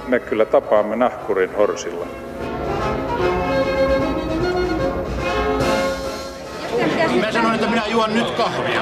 me kyllä tapaamme nahkurin horsilla. Mä sanoin, että minä juon nyt kahvia.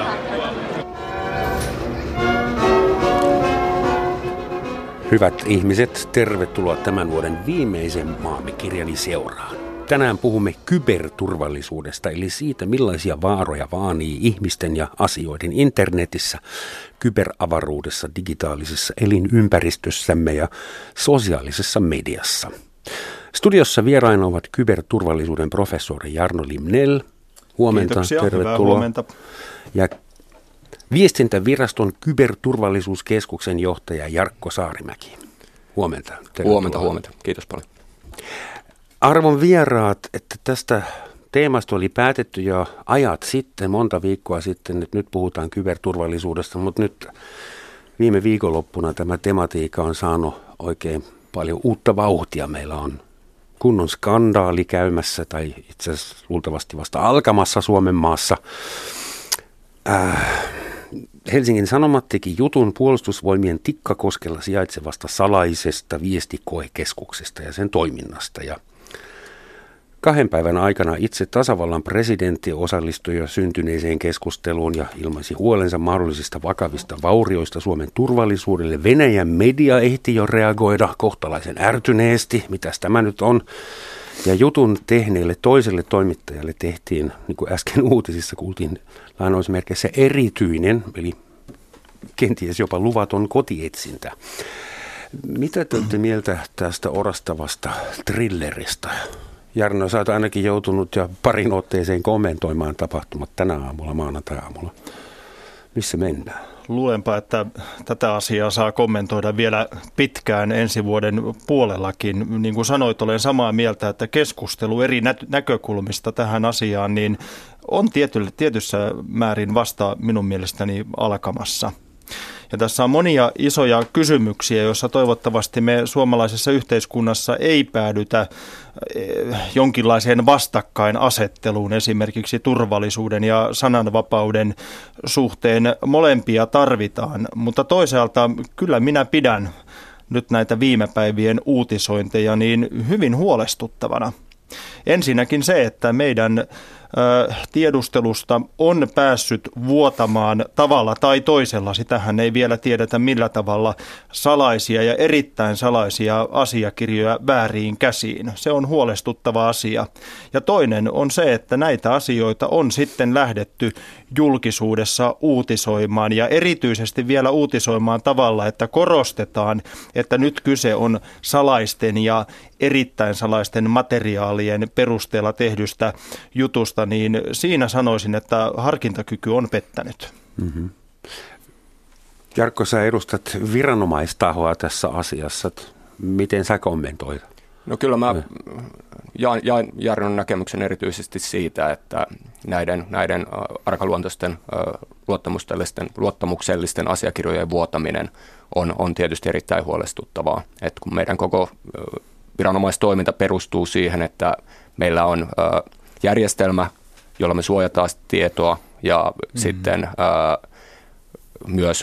Hyvät ihmiset, tervetuloa tämän vuoden viimeisen Maamme kirjani seuraan. Tänään puhumme kyberturvallisuudesta, eli siitä, millaisia vaaroja vaanii ihmisten ja asioiden internetissä, kyberavaruudessa, digitaalisessa elinympäristössämme ja sosiaalisessa mediassa. Studiossa vieraina ovat kyberturvallisuuden professori Jarno Limnell. Huomenta, kiitoksia, tervetuloa. hyvää huomenta. Ja Viestintäviraston kyberturvallisuuskeskuksen johtaja Jarkko Saarimäki. Huomenta. Huomenta. Kiitos paljon. Arvon vieraat, että tästä teemasta oli päätetty jo ajat sitten, monta viikkoa sitten, että nyt puhutaan kyberturvallisuudesta, mutta nyt viime viikonloppuna tämä tematiikka on saanut oikein paljon uutta vauhtia. Meillä on kunnon skandaali käymässä tai itse asiassa luultavasti vasta alkamassa Suomen maassa. Helsingin Sanomat teki jutun Puolustusvoimien Tikkakoskella sijaitsevasta salaisesta viestikoekeskuksesta ja sen toiminnasta. Ja 2 päivän aikana itse tasavallan presidentti osallistui jo syntyneeseen keskusteluun ja ilmaisi huolensa mahdollisista vakavista vaurioista Suomen turvallisuudelle. Venäjän media ehti jo reagoida kohtalaisen ärtyneesti, mitäs tämä nyt on. Ja jutun tehneelle toiselle toimittajalle tehtiin, niin kuin äsken uutisissa kuultiin, lainausmerkeissä erityinen, eli kenties jopa luvaton kotietsintä. Mitä te olette mieltä tästä orastavasta thrilleristä? Jarno, sä oot ainakin joutunut jo parin otteeseen kommentoimaan tapahtumat tänä aamulla, maanantai-aamulla. Missä mennään? Luulenpa, että tätä asiaa saa kommentoida vielä pitkään ensi vuoden puolellakin. Niin kuin sanoit, olen samaa mieltä, että keskustelu eri näkökulmista tähän asiaan niin on tietyssä määrin vasta minun mielestäni alkamassa. Ja tässä on monia isoja kysymyksiä, joissa toivottavasti me suomalaisessa yhteiskunnassa ei päädytä jonkinlaiseen vastakkainasetteluun esimerkiksi turvallisuuden ja sananvapauden suhteen. Molempia tarvitaan, mutta toisaalta kyllä minä pidän nyt näitä viime päivien uutisointeja niin hyvin huolestuttavana. Ensinnäkin se, että meidän tiedustelusta on päässyt vuotamaan tavalla tai toisella, sitähän ei vielä tiedetä millä tavalla, salaisia ja erittäin salaisia asiakirjoja vääriin käsiin. Se on huolestuttava asia. Ja toinen on se, että näitä asioita on sitten lähdetty julkisuudessa uutisoimaan ja erityisesti vielä uutisoimaan tavalla, että korostetaan, että nyt kyse on salaisten ja erittäin salaisten materiaalien perusteella tehdystä jutusta, niin siinä sanoisin, että harkintakyky on pettänyt. Mm-hmm. Jarkko, sä edustat viranomaistahoa tässä asiassa. Miten sä kommentoit? No kyllä mä jaan Jarnon näkemyksen erityisesti siitä, että näiden arkaluontoisten luottamuksellisten asiakirjojen vuotaminen on tietysti erittäin huolestuttavaa. Et kun meidän koko viranomaistoiminta perustuu siihen, että meillä on järjestelmä, jolla me suojataan tietoa ja sitten myös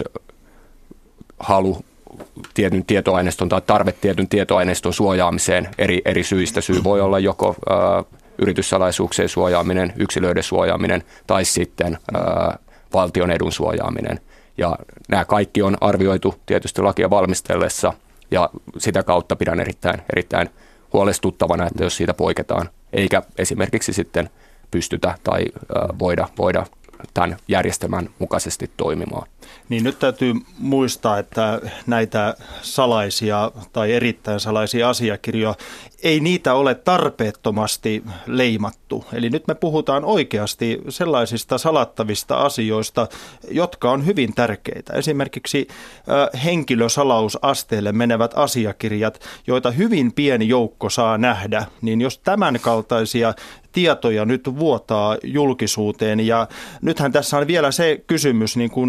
halu tietyn tietoaineiston tai tarve tietyn tietoaineiston suojaamiseen eri syistä. Syy voi olla joko yrityssalaisuuksien suojaaminen, yksilöiden suojaaminen tai sitten valtion edun suojaaminen. Ja nämä kaikki on arvioitu tietysti lakia valmistellessa ja sitä kautta pidän erittäin huolestuttavana, että jos siitä poiketaan, eikä esimerkiksi sitten pystytä tai voida tämän järjestelmän mukaisesti toimimaan. Niin nyt täytyy muistaa, että näitä salaisia tai erittäin salaisia asiakirjoja, ei niitä ole tarpeettomasti leimattu. Eli nyt me puhutaan oikeasti sellaisista salattavista asioista, jotka on hyvin tärkeitä. Esimerkiksi henkilösalausasteelle menevät asiakirjat, joita hyvin pieni joukko saa nähdä, niin jos tämän kaltaisia tietoja nyt vuotaa julkisuuteen, ja nythän tässä on vielä se kysymys, niin kuin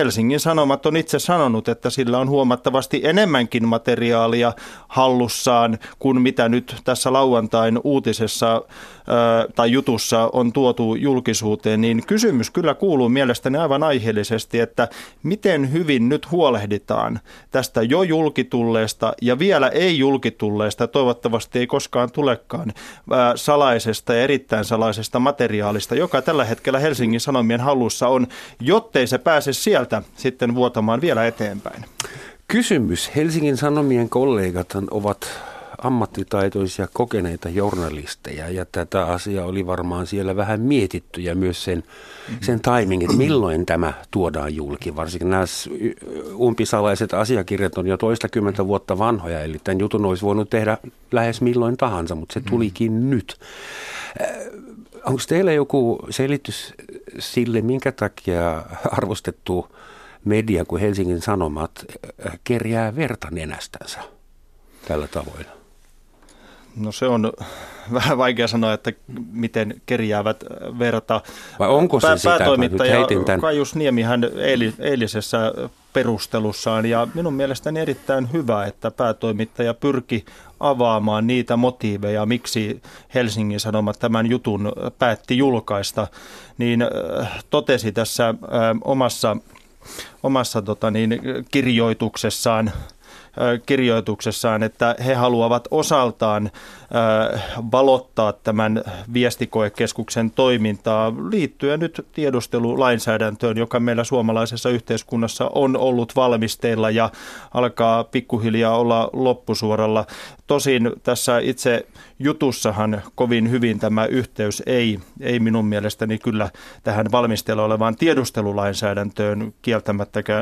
Helsingin Sanomat on itse sanonut, että sillä on huomattavasti enemmänkin materiaalia hallussaan kuin mitä nyt tässä lauantain uutisessa tai jutussa on tuotu julkisuuteen, niin kysymys kyllä kuuluu mielestäni aivan aiheellisesti, että miten hyvin nyt huolehditaan tästä jo julkitulleesta ja vielä ei julkitulleesta, toivottavasti ei koskaan tulekaan, salaisesta ja erittäin salaisesta materiaalista, joka tällä hetkellä Helsingin Sanomien hallussa on, jottei se pääse sieltä sitten vuotamaan vielä eteenpäin. Kysymys. Helsingin Sanomien kollegat ovat ammattitaitoisia, kokeneita journalisteja, ja tätä asiaa oli varmaan siellä vähän mietitty, ja myös sen timingin, milloin tämä tuodaan julki. Varsinkin nämä umpisalaiset asiakirjat on jo toistakymmentä vuotta vanhoja, eli tämän jutun olisi voinut tehdä lähes milloin tahansa, mutta se tulikin nyt. Onko teillä joku selitys sille, minkä takia arvostettu media kuin Helsingin Sanomat kerjää verta nenästänsä tällä tavoin? No se on vähän vaikea sanoa, että miten kerjäävät verta. Vai onko se sitä? Päätoimittaja Kaius Niemihän eilisessä perustelussaan, ja minun mielestäni erittäin hyvä, että päätoimittaja pyrki avaamaan niitä motiiveja, miksi Helsingin Sanomat tämän jutun päätti julkaista, niin totesi tässä omassa kirjoituksessaan, että he haluavat osaltaan valottaa tämän viestikoekeskuksen toimintaa liittyen nyt tiedustelulainsäädäntöön, joka meillä suomalaisessa yhteiskunnassa on ollut valmisteilla ja alkaa pikkuhiljaa olla loppusuoralla. Tosin tässä itse jutussahan kovin hyvin tämä yhteys ei minun mielestäni kyllä tähän valmisteilla olevaan tiedustelulainsäädäntöön kieltämättäkään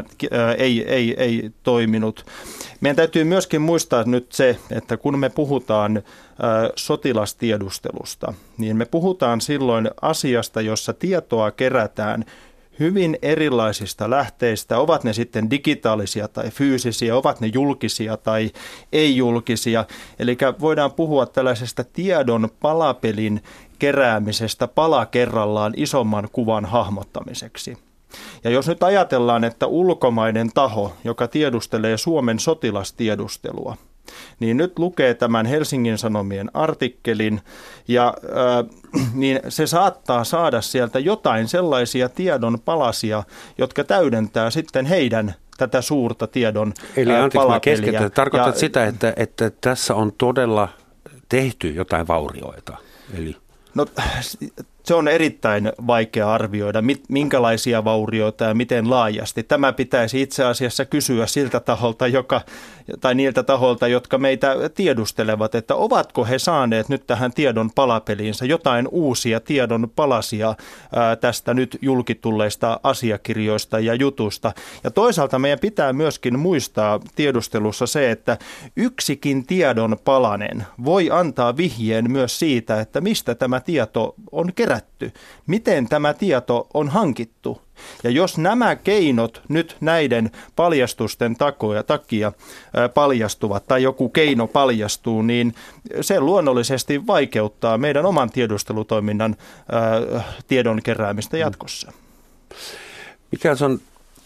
ei toiminut. Meidän täytyy myöskin muistaa nyt se, että kun me puhutaan sotilastiedustelusta, niin me puhutaan silloin asiasta, jossa tietoa kerätään hyvin erilaisista lähteistä, ovat ne sitten digitaalisia tai fyysisiä, ovat ne julkisia tai ei-julkisia. Eli voidaan puhua tällaisesta tiedon palapelin keräämisestä pala kerrallaan isomman kuvan hahmottamiseksi. Ja jos nyt ajatellaan, että ulkomainen taho, joka tiedustelee Suomen sotilastiedustelua, niin nyt lukee tämän Helsingin Sanomien artikkelin ja niin se saattaa saada sieltä jotain sellaisia tiedon palasia, jotka täydentää sitten heidän tätä suurta tiedon Eli anteeksi, mä keskeytän. Tarkoitat ja sitä, että tässä on todella tehty jotain vaurioita? Eli no, se on erittäin vaikea arvioida, minkälaisia vaurioita ja miten laajasti. Tämä pitäisi itse asiassa kysyä siltä taholta, tai niiltä taholta, jotka meitä tiedustelevat, että ovatko he saaneet nyt tähän tiedon palapeliinsä jotain uusia tiedon palasia tästä nyt julkitulleista asiakirjoista ja jutusta. Ja toisaalta meidän pitää myöskin muistaa tiedustelussa se, että yksikin tiedon palanen voi antaa vihjeen myös siitä, että mistä tämä tieto on kerätty. Miten tämä tieto on hankittu? Ja jos nämä keinot nyt näiden paljastusten takia paljastuvat tai joku keino paljastuu, niin se luonnollisesti vaikeuttaa meidän oman tiedustelutoiminnan tiedon keräämistä jatkossa. mikä on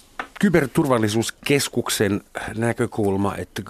kyberturvallisuuskeskuksen näkökulma, että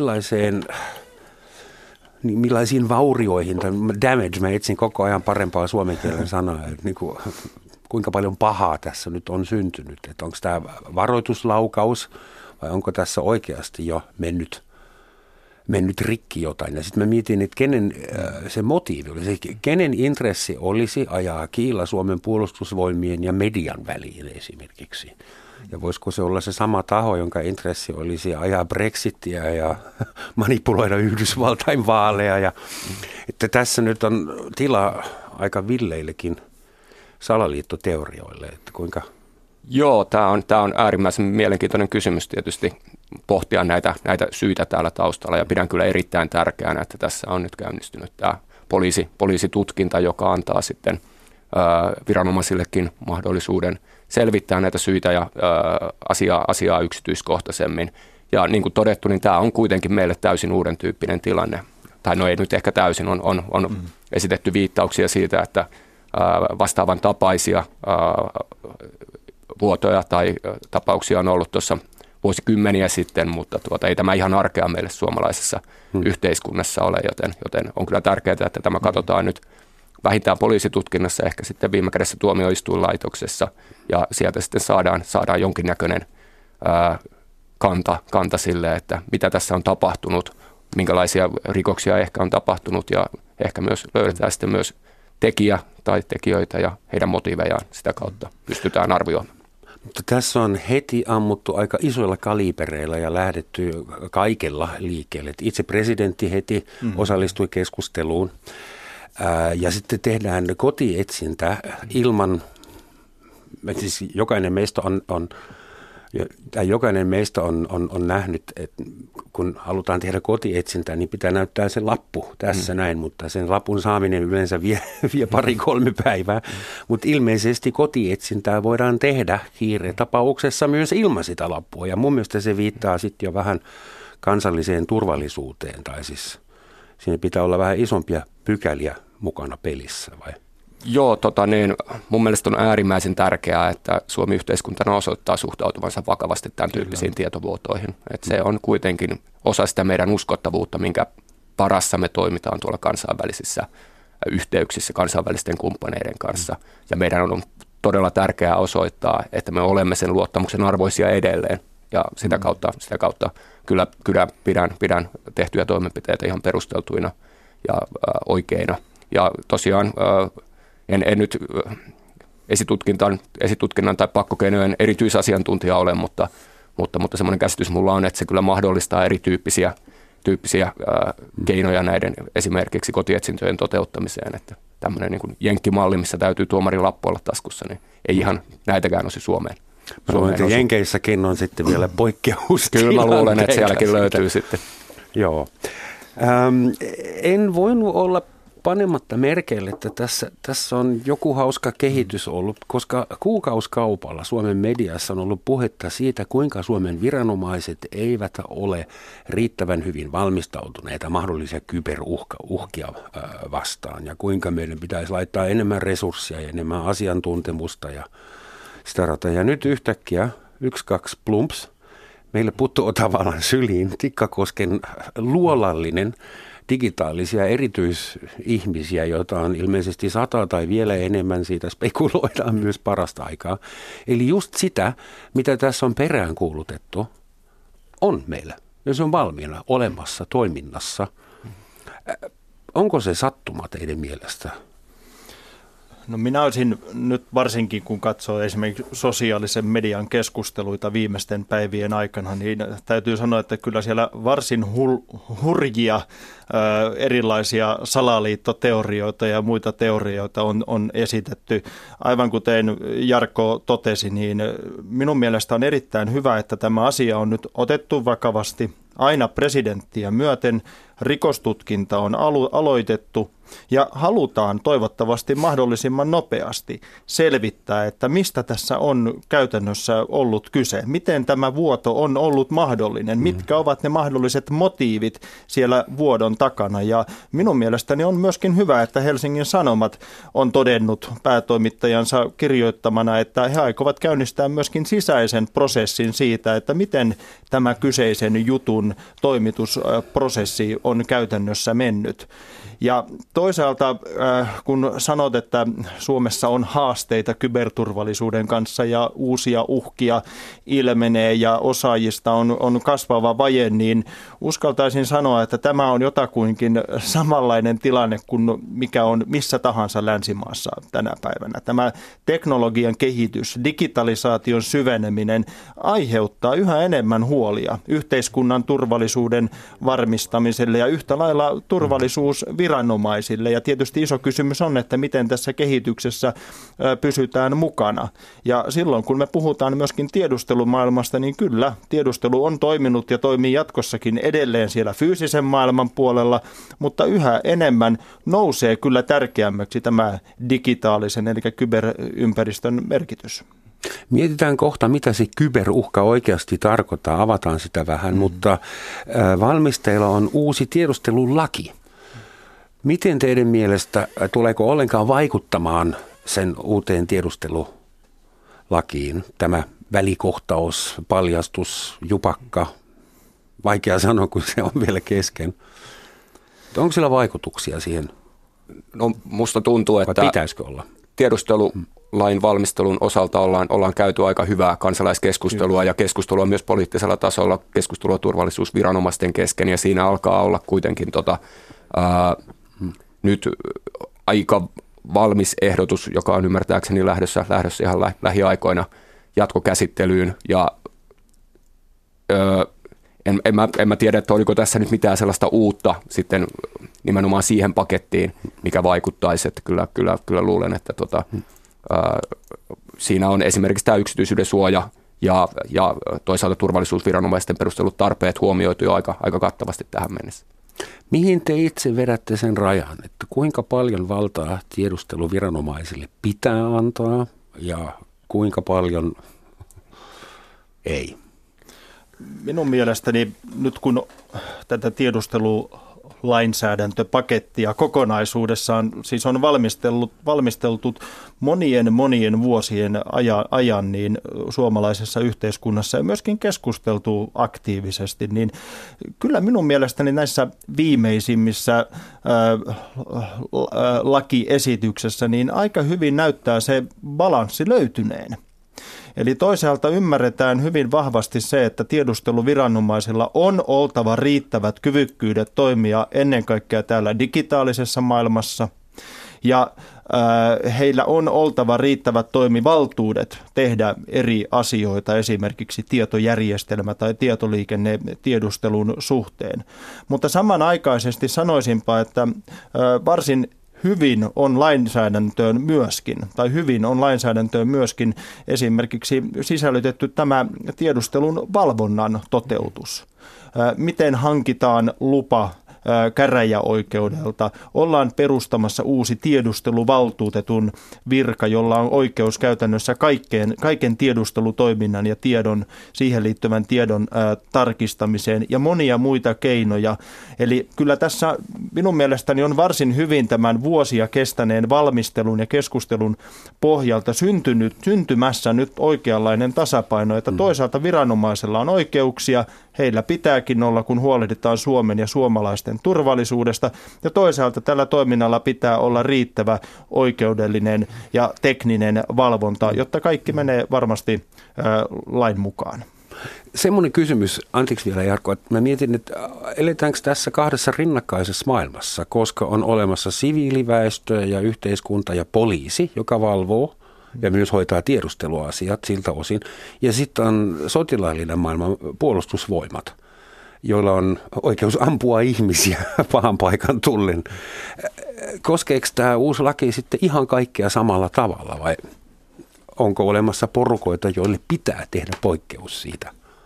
millaisiin vaurioihin, tai damage, mä etsin koko ajan parempaa suomen kielen sanaa, että kuinka paljon pahaa tässä nyt on syntynyt, että onko tämä varoituslaukaus vai onko tässä oikeasti jo mennyt rikki jotain. Ja sitten mä mietin, että kenen se motiivi oli, kenen intressi olisi ajaa kiila Suomen puolustusvoimien ja median väliin esimerkiksi. Ja voisiko se olla se sama taho, jonka intressi olisi ajaa Brexitiä ja manipuloida Yhdysvaltain vaaleja. Ja, että tässä nyt on tilaa aika villeillekin salaliittoteorioille, että kuinka... Joo, tämä on äärimmäisen mielenkiintoinen kysymys tietysti pohtia näitä syitä täällä taustalla, ja pidän kyllä erittäin tärkeänä, että tässä on nyt käynnistynyt tämä poliisitutkinta, joka antaa sitten viranomaisillekin mahdollisuuden selvittää näitä syitä ja asiaa yksityiskohtaisemmin. Ja niin kuin todettu, niin tämä on kuitenkin meille täysin uuden tyyppinen tilanne. Tai no ei nyt ehkä täysin, on esitetty viittauksia siitä, että vastaavan tapaisia vuotoja tai tapauksia on ollut tuossa vuosikymmeniä sitten, mutta ei tämä ihan arkea meille suomalaisessa yhteiskunnassa ole, joten on kyllä tärkeää, että tämä katsotaan nyt vähintään poliisitutkinnassa, ehkä sitten viime kädessä tuomioistuinlaitoksessa, ja sieltä sitten saadaan jonkinnäköinen kanta sille, että mitä tässä on tapahtunut, minkälaisia rikoksia ehkä on tapahtunut, ja ehkä myös löydetään sitten myös tekijä tai tekijöitä ja heidän motiivejaan sitä kautta pystytään arvioimaan. Mutta tässä on heti ammuttu aika isoilla kalibereilla ja lähdetty kaikella liikkeelle. Itse presidentti heti osallistui keskusteluun ja sitten tehdään kotietsintä ilman, siis jokainen meistä on nähnyt, että kun halutaan tehdä kotietsintää, niin pitää näyttää se lappu tässä näin, mutta sen lapun saaminen yleensä vie 2-3 päivää. Mutta ilmeisesti kotietsintää voidaan tehdä kiiretapauksessa myös ilman sitä lappua. Ja mun mielestä se viittaa sitten jo vähän kansalliseen turvallisuuteen, tai siis siinä pitää olla vähän isompia pykäliä mukana pelissä, vai? Joo, mun mielestä on äärimmäisen tärkeää, että Suomi yhteiskuntana osoittaa suhtautuvansa vakavasti tämän tyyppisiin tietovuotoihin. Että se on kuitenkin osa sitä meidän uskottavuutta, minkä parassa me toimitaan tuolla kansainvälisissä yhteyksissä kansainvälisten kumppaneiden kanssa. Ja meidän on todella tärkeää osoittaa, että me olemme sen luottamuksen arvoisia edelleen. Ja sitä kautta kyllä pidän tehtyjä toimenpiteitä ihan perusteltuina ja oikeina. Ja tosiaan en nyt esitutkinnan tai pakkokeinojen erityisasiantuntija ole, mutta semmoinen käsitys mulla on, että se kyllä mahdollistaa erityyppisiä keinoja näiden esimerkiksi kotietsintöjen toteuttamiseen. Että tämmöinen niin kuin jenkkimalli, missä täytyy tuomarin lappu olla taskussa, niin ei ihan näitäkään osi Suomeen. Jenkeissäkin on sitten vielä poikkeus. Kyllä mä luulen, että sielläkin löytyy sitten. Joo. En voinut olla panematta merkeille, että tässä on joku hauska kehitys ollut, koska kuukausikaupalla Suomen mediassa on ollut puhetta siitä, kuinka Suomen viranomaiset eivät ole riittävän hyvin valmistautuneita mahdollisia kyberuhkia vastaan ja kuinka meidän pitäisi laittaa enemmän resursseja ja enemmän asiantuntemusta ja sitä rataa. Ja nyt yhtäkkiä 1-2 plumps meille putoaa tavallaan syliin Tikkakosken luolallinen digitaalisia erityisihmisiä, joita on ilmeisesti 100 tai vielä enemmän, siitä spekuloidaan myös parasta aikaa. Eli just sitä, mitä tässä on peräänkuulutettu, on meillä. Ja se on valmiina olemassa toiminnassa. Onko se sattuma teidän mielestä? No minä olisin nyt varsinkin, kun katsoo esimerkiksi sosiaalisen median keskusteluita viimeisten päivien aikana, niin täytyy sanoa, että kyllä siellä varsin hurjia erilaisia salaliittoteorioita ja muita teorioita on esitetty. Aivan kuten Jarkko totesi, niin minun mielestä on erittäin hyvä, että tämä asia on nyt otettu vakavasti. Aina presidenttiä myöten rikostutkinta on aloitettu ja halutaan toivottavasti mahdollisimman nopeasti selvittää, että mistä tässä on käytännössä ollut kyse. Miten tämä vuoto on ollut mahdollinen, mitkä ovat ne mahdolliset motiivit siellä vuodon takana. Ja minun mielestäni on myöskin hyvä, että Helsingin Sanomat on todennut päätoimittajansa kirjoittamana, että he aikovat käynnistää myöskin sisäisen prosessin siitä, että miten tämä kyseisen jutun toimitusprosessi on käytännössä mennyt. Ja toisaalta kun sanot, että Suomessa on haasteita kyberturvallisuuden kanssa ja uusia uhkia ilmenee ja osaajista on kasvava vaje, niin uskaltaisin sanoa, että tämä on jotakuinkin samanlainen tilanne kuin mikä on missä tahansa länsimaassa tänä päivänä. Tämä teknologian kehitys, digitalisaation syveneminen aiheuttaa yhä enemmän huolia yhteiskunnan turvallisuuden varmistamiselle ja yhtä lailla turvallisuusviranomaisille. Ja tietysti iso kysymys on, että miten tässä kehityksessä pysytään mukana. Ja silloin, kun me puhutaan myöskin tiedustelumaailmasta, niin kyllä tiedustelu on toiminut ja toimii jatkossakin edelleen siellä fyysisen maailman puolella, mutta yhä enemmän nousee kyllä tärkeämmäksi tämä digitaalisen eli kyberympäristön merkitys. Mietitään kohta, mitä se kyberuhka oikeasti tarkoittaa, avataan sitä vähän, mutta valmisteilla on uusi tiedustelulaki. Miten teidän mielestä tuleeko ollenkaan vaikuttamaan sen uuteen tiedustelulakiin lakiin. Tämä välikohtaus, paljastus, jupakka, vaikea sanoa, kun se on vielä kesken. Onko sillä vaikutuksia siihen? No, musta tuntuu, että pitäisikö olla? Tiedustelulain valmistelun osalta ollaan käyty aika hyvää kansalaiskeskustelua ja keskustelua myös poliittisella tasolla, keskustelua turvallisuusviranomaisten kesken, ja siinä alkaa olla kuitenkin nyt aika valmis ehdotus, joka on ymmärtääkseni lähdössä ihan lähiaikoina jatkokäsittelyyn, ja en mä tiedä, että oliko tässä nyt mitään sellaista uutta sitten nimenomaan siihen pakettiin, mikä vaikuttaisi, että kyllä luulen, että siinä on esimerkiksi tämä yksityisyyden suoja ja toisaalta turvallisuusviranomaisten perustellut tarpeet huomioitu jo aika kattavasti tähän mennessä. Mihin te itse vedätte sen rajan, että kuinka paljon valtaa tiedusteluviranomaisille pitää antaa ja kuinka paljon ei? Minun mielestäni nyt kun tätä tiedustelulainsäädäntöpakettia kokonaisuudessaan siis on valmisteltu monien vuosien ajan niin suomalaisessa yhteiskunnassa ja myöskin keskusteltu aktiivisesti, niin kyllä minun mielestäni näissä viimeisimmissä lakiesityksessä niin aika hyvin näyttää se balanssi löytyneen. Eli toisaalta ymmärretään hyvin vahvasti se, että tiedusteluviranomaisilla on oltava riittävät kyvykkyydet toimia ennen kaikkea täällä digitaalisessa maailmassa. Ja heillä on oltava riittävät toimivaltuudet tehdä eri asioita, esimerkiksi tietojärjestelmä- tai tietoliikennetiedustelun suhteen. Mutta samanaikaisesti sanoisinpa, että varsin hyvin on lainsäädäntöön myöskin esimerkiksi sisällytetty tämä tiedustelun valvonnan toteutus. Miten hankitaan lupa käräjäoikeudelta. Ollaan perustamassa uusi tiedusteluvaltuutetun virka, jolla on oikeus käytännössä kaiken tiedustelutoiminnan ja siihen liittyvän tiedon tarkistamiseen ja monia muita keinoja. Eli kyllä tässä minun mielestäni on varsin hyvin tämän vuosia kestäneen valmistelun ja keskustelun pohjalta syntymässä nyt oikeanlainen tasapaino, että toisaalta viranomaisella on oikeuksia, heillä pitääkin olla, kun huolehditaan Suomen ja suomalaisten turvallisuudesta, ja toisaalta tällä toiminnalla pitää olla riittävä oikeudellinen ja tekninen valvonta, jotta kaikki menee varmasti lain mukaan. Semmoinen kysymys, anteeksi vielä Jarkko, että mä mietin, että eletäänkö tässä kahdessa rinnakkaisessa maailmassa, koska on olemassa siviiliväestö ja yhteiskunta ja poliisi, joka valvoo ja myös hoitaa tiedusteluasiat siltä osin. Ja sitten on sotilaallinen maailma, puolustusvoimat, joilla on oikeus ampua ihmisiä pahan paikan tullen. Koskeeko tämä uusi laki sitten ihan kaikkea samalla tavalla vai onko olemassa porukoita, joille pitää tehdä poikkeus siitä?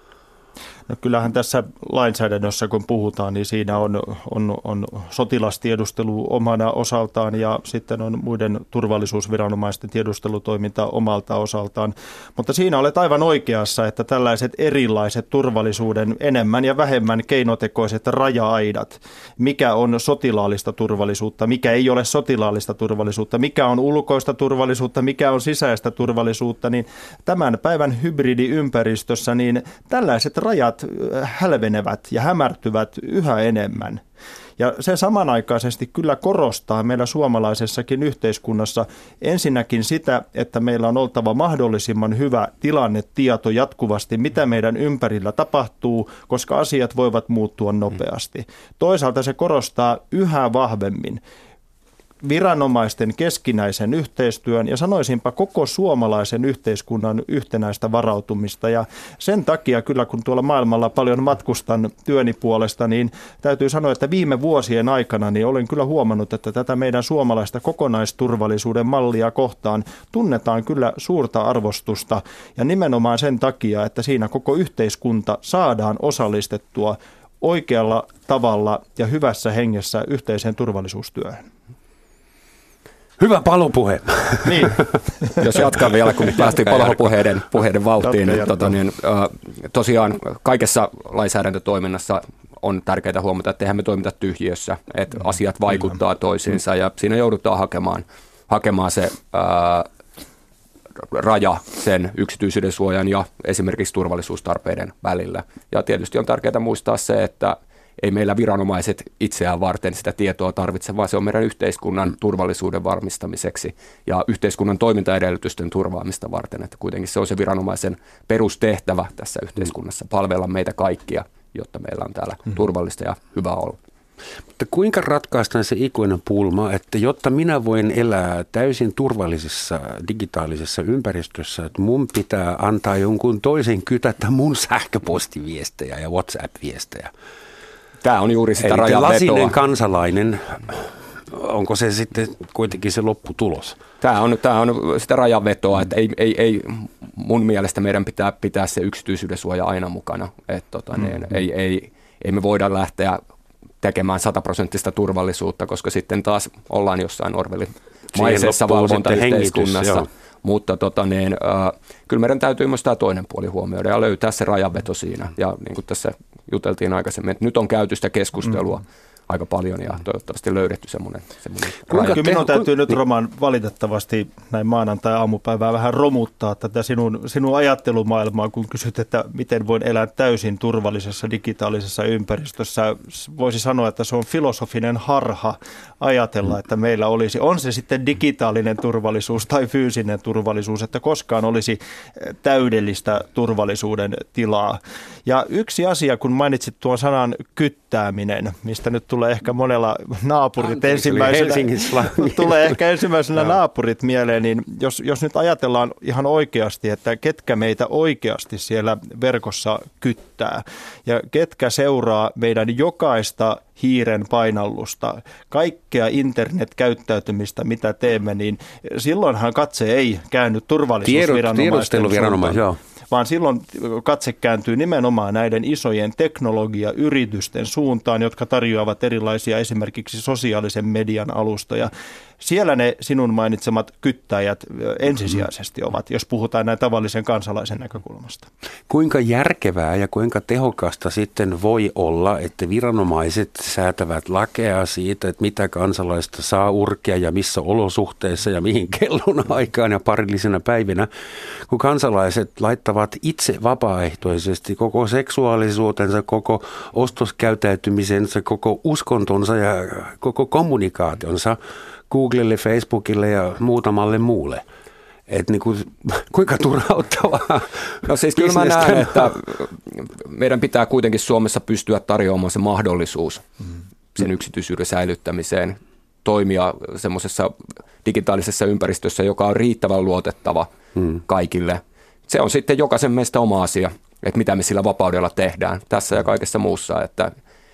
No kyllähän tässä lainsäädännössä, kun puhutaan, niin siinä on sotilastiedustelu omana osaltaan ja sitten on muiden turvallisuusviranomaisten tiedustelutoiminta omalta osaltaan. Mutta siinä olet aivan oikeassa, että tällaiset erilaiset turvallisuuden enemmän ja vähemmän keinotekoiset raja-aidat, mikä on sotilaallista turvallisuutta, mikä ei ole sotilaallista turvallisuutta, mikä on ulkoista turvallisuutta, mikä on sisäistä turvallisuutta, niin tämän päivän hybridiympäristössä niin tällaiset rajat hälvenevät ja hämärtyvät yhä enemmän. Ja se samanaikaisesti kyllä korostaa meillä suomalaisessakin yhteiskunnassa ensinnäkin sitä, että meillä on oltava mahdollisimman hyvä tilannetieto jatkuvasti, mitä meidän ympärillä tapahtuu, koska asiat voivat muuttua nopeasti. Toisaalta se korostaa yhä vahvemmin viranomaisten keskinäisen yhteistyön ja sanoisinpa koko suomalaisen yhteiskunnan yhtenäistä varautumista. Ja sen takia kyllä, kun tuolla maailmalla paljon matkustan työni puolesta, niin täytyy sanoa, että viime vuosien aikana niin olen kyllä huomannut, että tätä meidän suomalaista kokonaisturvallisuuden mallia kohtaan tunnetaan kyllä suurta arvostusta ja nimenomaan sen takia, että siinä koko yhteiskunta saadaan osallistettua oikealla tavalla ja hyvässä hengessä yhteiseen turvallisuustyöhön. Hyvä palopuhe. Niin. Jos jatkan vielä, kun päästiin palopuheiden vauhtiin. Tosiaan kaikessa lainsäädäntötoiminnassa on tärkeää huomata, että eihän me toimita tyhjiössä, että asiat vaikuttaa toisiinsa ja siinä joudutaan hakemaan se raja sen yksityisyyden suojan ja esimerkiksi turvallisuustarpeiden välillä. Ja tietysti on tärkeää muistaa se, että ei meillä viranomaiset itseään varten sitä tietoa tarvitse, vaan se on meidän yhteiskunnan turvallisuuden varmistamiseksi ja yhteiskunnan toimintaedellytysten turvaamista varten. Että kuitenkin se on se viranomaisen perustehtävä tässä yhteiskunnassa, palvella meitä kaikkia, jotta meillä on täällä turvallista ja hyvä olla. Mutta kuinka ratkaistaan se ikuinen pulma, että jotta minä voin elää täysin turvallisessa digitaalisessa ympäristössä, että mun pitää antaa jonkun toisen kytätä mun sähköpostiviestejä ja WhatsApp-viestejä. Tämä on juuri sitä eli rajanvetoa. lasinen kansalainen, onko se sitten kuitenkin se lopputulos? Tämä on sitä rajanvetoa, että ei mun mielestä meidän pitää se yksityisyyden suoja aina mukana. Ei me voida lähteä tekemään 100% turvallisuutta, koska sitten taas ollaan jossain Orwellimaisessa valvontayhteiskunnassa. Mutta kyllä meidän täytyy myös tämä toinen puoli huomioida ja löytää se rajanveto siinä. Ja niin kuin tässä juteltiin aikaisemmin, että nyt on käyty sitä keskustelua aika paljon ja toivottavasti löydetty semmoinen raja. Minun täytyy nyt, Roman, valitettavasti näin maanantai-aamupäivää vähän romuttaa tätä sinun ajattelumaailmaa, kun kysyt, että miten voin elää täysin turvallisessa digitaalisessa ympäristössä. Voisi sanoa, että se on filosofinen harha ajatella, että meillä olisi, on se sitten digitaalinen turvallisuus tai fyysinen turvallisuus, että koskaan olisi täydellistä turvallisuuden tilaa. Ja yksi asia, kun mainitsit tuon sanan kyttääminen, mistä nyt tulee ehkä monella naapurit ensimmäisenä naapurit mieleen, niin jos nyt ajatellaan ihan oikeasti, että ketkä meitä oikeasti siellä verkossa kyttää ja ketkä seuraa meidän jokaista hiiren painallusta, kaikkea internet-käyttäytymistä, mitä teemme, niin silloinhan katse ei käänny turvallisuusviranomaisten suuntaan, vaan silloin katse kääntyy nimenomaan näiden isojen teknologiayritysten suuntaan, jotka tarjoavat erilaisia esimerkiksi sosiaalisen median alustoja. Siellä ne sinun mainitsemat kyttäjät ensisijaisesti ovat, jos puhutaan näin tavallisen kansalaisen näkökulmasta. Kuinka järkevää ja kuinka tehokasta sitten voi olla, että viranomaiset säätävät lakeja siitä, että mitä kansalaista saa urkia ja missä olosuhteissa ja mihin kellon aikaan ja parillisena päivinä, kun kansalaiset laittavat itse vapaaehtoisesti koko seksuaalisuutensa, koko ostoskäyttäytymisensä, koko uskontonsa ja koko kommunikaationsa Googlelle, Facebookille ja muutamalle muulle. Että niin kuinka turhauttavaa. No siis kyllä mä näen, että meidän pitää kuitenkin Suomessa pystyä tarjoamaan se mahdollisuus sen yksityisyyden säilyttämiseen, toimia semmoisessa digitaalisessa ympäristössä, joka on riittävän luotettava kaikille. Se on sitten jokaisen meistä oma asia, että mitä me sillä vapaudella tehdään tässä ja kaikessa muussa, että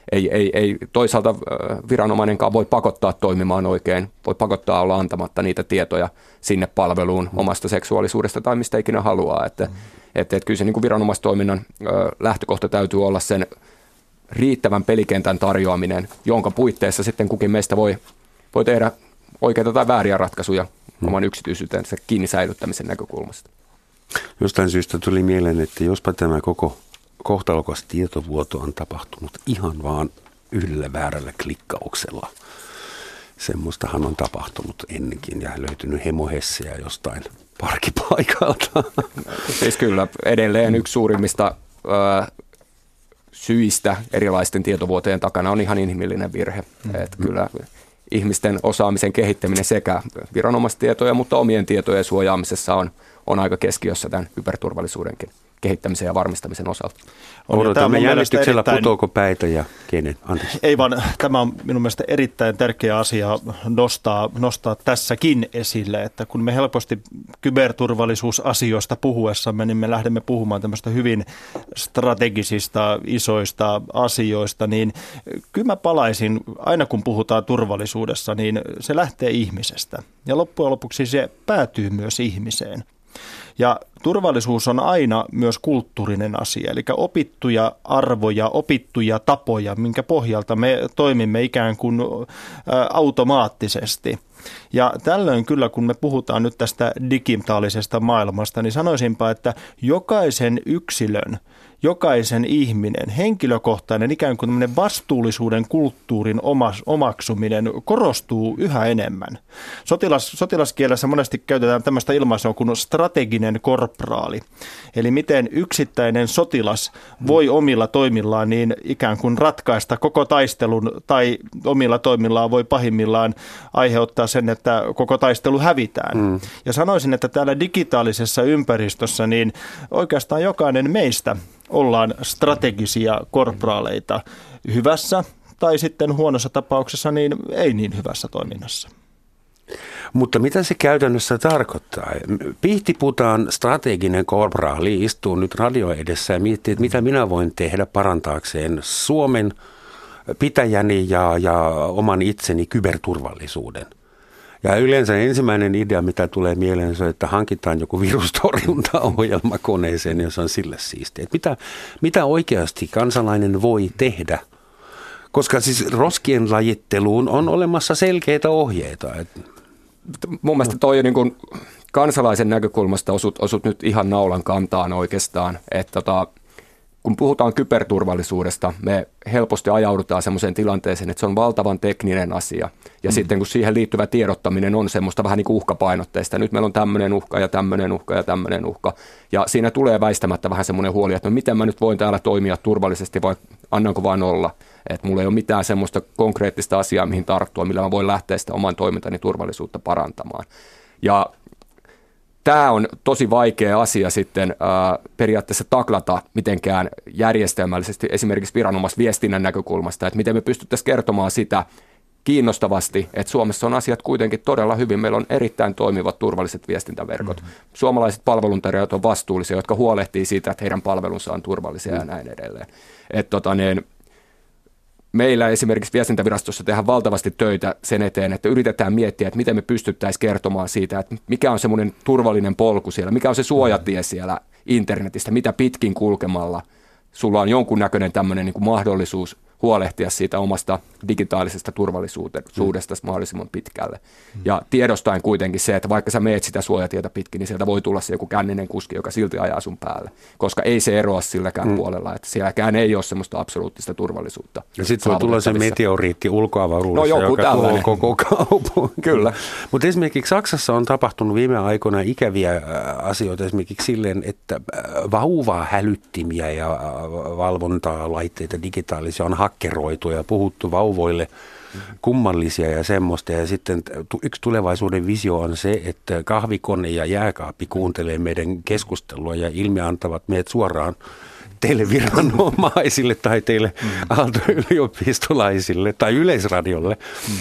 ei toisaalta viranomainenkaan voi pakottaa toimimaan oikein, voi pakottaa olla antamatta niitä tietoja sinne palveluun omasta seksuaalisuudesta tai mistä ikinä haluaa. Että kyllä se niin kuin viranomaistoiminnan lähtökohta täytyy olla sen riittävän pelikentän tarjoaminen, jonka puitteissa sitten kukin meistä voi tehdä oikeita tai vääriä ratkaisuja oman yksityisyytensä kiinni säilyttämisen näkökulmasta. Jostain syystä tuli mieleen, että jospa tämä koko kohtalokas tietovuoto on tapahtunut ihan vaan yhdellä väärällä klikkauksella. Semmoistahan on tapahtunut ennenkin ja löytynyt hemohessejä jostain parkkipaikalta. Siis kyllä edelleen yksi suurimmista syistä erilaisten tietovuotojen takana on ihan inhimillinen virhe. Että kyllä ihmisten osaamisen kehittäminen sekä viranomaistietoja, mutta omien tietojen suojaamisessa on aika keskiössä tämän hyperturvallisuudenkin kehittämisen ja varmistamisen osalta. Odotamme jännityksellä, putoako päitä ja kenen? Anteeksi. Ei vaan, tämä on minun mielestä erittäin tärkeä asia nostaa tässäkin esille, että kun me helposti kyberturvallisuusasioista puhuessamme, niin me lähdemme puhumaan tämmöistä hyvin strategisista, isoista asioista, niin kyllä mä palaisin, aina kun puhutaan turvallisuudessa, niin se lähtee ihmisestä ja loppujen lopuksi se päätyy myös ihmiseen. Ja turvallisuus on aina myös kulttuurinen asia, eli opittuja arvoja, opittuja tapoja, minkä pohjalta me toimimme ikään kuin automaattisesti. Ja tällöin kyllä, kun me puhutaan nyt tästä digitaalisesta maailmasta, niin sanoisinpa, että jokaisen yksilön jokaisen ihminen, henkilökohtainen ikään kuin tämmöinen vastuullisuuden kulttuurin omaksuminen korostuu yhä enemmän. Sotilaskielessä monesti käytetään tämmöistä ilmaisua kuin strateginen korporaali. Eli miten yksittäinen sotilas voi omilla toimillaan niin ikään kuin ratkaista koko taistelun tai omilla toimillaan voi pahimmillaan aiheuttaa sen, että koko taistelu hävitään. Ja sanoisin, että täällä digitaalisessa ympäristössä niin oikeastaan jokainen meistä ollaan strategisia korporaaleita hyvässä tai sitten huonossa tapauksessa niin ei niin hyvässä toiminnassa. Mutta mitä se käytännössä tarkoittaa? Pihtiputaan strateginen korporaali istuu nyt radio edessä ja miettii, että mitä minä voin tehdä parantaakseen Suomen pitäjäni ja oman itseni kyberturvallisuuden. Ja yleensä ensimmäinen idea, mitä tulee mieleen, on, että hankitaan joku virustorjuntaohjelma koneeseen, ja se on sille siistiä. Mitä oikeasti kansalainen voi tehdä? Koska siis roskien lajitteluun on olemassa selkeitä ohjeita. Mun mielestä toi niin kuin kansalaisen näkökulmasta osut nyt ihan naulan kantaan oikeastaan, että kun puhutaan kyberturvallisuudesta, me helposti ajaudutaan semmoiseen tilanteeseen, että se on valtavan tekninen asia. Ja sitten kun siihen liittyvä tiedottaminen on semmoista vähän niin kuin uhkapainotteista. Nyt meillä on tämmöinen uhka ja tämmöinen uhka ja tämmöinen uhka. Ja siinä tulee väistämättä vähän semmoinen huoli, että no miten mä nyt voin täällä toimia turvallisesti vai annanko vaan olla. Että mulla ei ole mitään semmoista konkreettista asiaa, mihin tarttua, millä mä voin lähteä sitä oman toimintani turvallisuutta parantamaan. Ja tämä on tosi vaikea asia sitten periaatteessa taklata mitenkään järjestelmällisesti esimerkiksi viranomaisviestinnän näkökulmasta, että miten me pystyttäisiin kertomaan sitä kiinnostavasti, että Suomessa on asiat kuitenkin todella hyvin. Meillä on erittäin toimivat turvalliset viestintäverkot. Suomalaiset palveluntarjoajat on vastuullisia, jotka huolehtii siitä, että heidän palvelunsa on turvallisia ja näin edelleen. Meillä esimerkiksi viestintävirastossa tehdään valtavasti töitä sen eteen, että yritetään miettiä, että miten me pystyttäisiin kertomaan siitä, että mikä on semmoinen turvallinen polku siellä, mikä on se suojatie siellä internetistä, mitä pitkin kulkemalla sulla on jonkunnäköinen tämmöinen niin kuin mahdollisuus huolehtia siitä omasta digitaalisesta turvallisuudesta mahdollisimman pitkälle. Ja tiedostaen kuitenkin se, että vaikka sä meet sitä suojatietä pitkin, niin sieltä voi tulla se joku känninen kuski, joka silti ajaa sun päälle. Koska ei se eroa silläkään puolella, että sielläkään ei ole semmoista absoluuttista turvallisuutta. Ja sitten voi tulla se meteoriitti ulkoavaruudessa, joka tuo koko kaupunki. Kyllä. Mutta esimerkiksi Saksassa on tapahtunut viime aikoina ikäviä asioita esimerkiksi silleen, että vauvahälyttimiä ja valvontaa, laitteita, digitaalisia on hakkeroitu ja puhuttu vauvoille kummallisia ja semmoista. Ja sitten yksi tulevaisuuden visio on se, että kahvikone ja jääkaappi kuuntelee meidän keskustelua ja ilmiantavat meidät suoraan teille viranomaisille tai teille aalto-yliopistolaisille tai Yleisradiolle.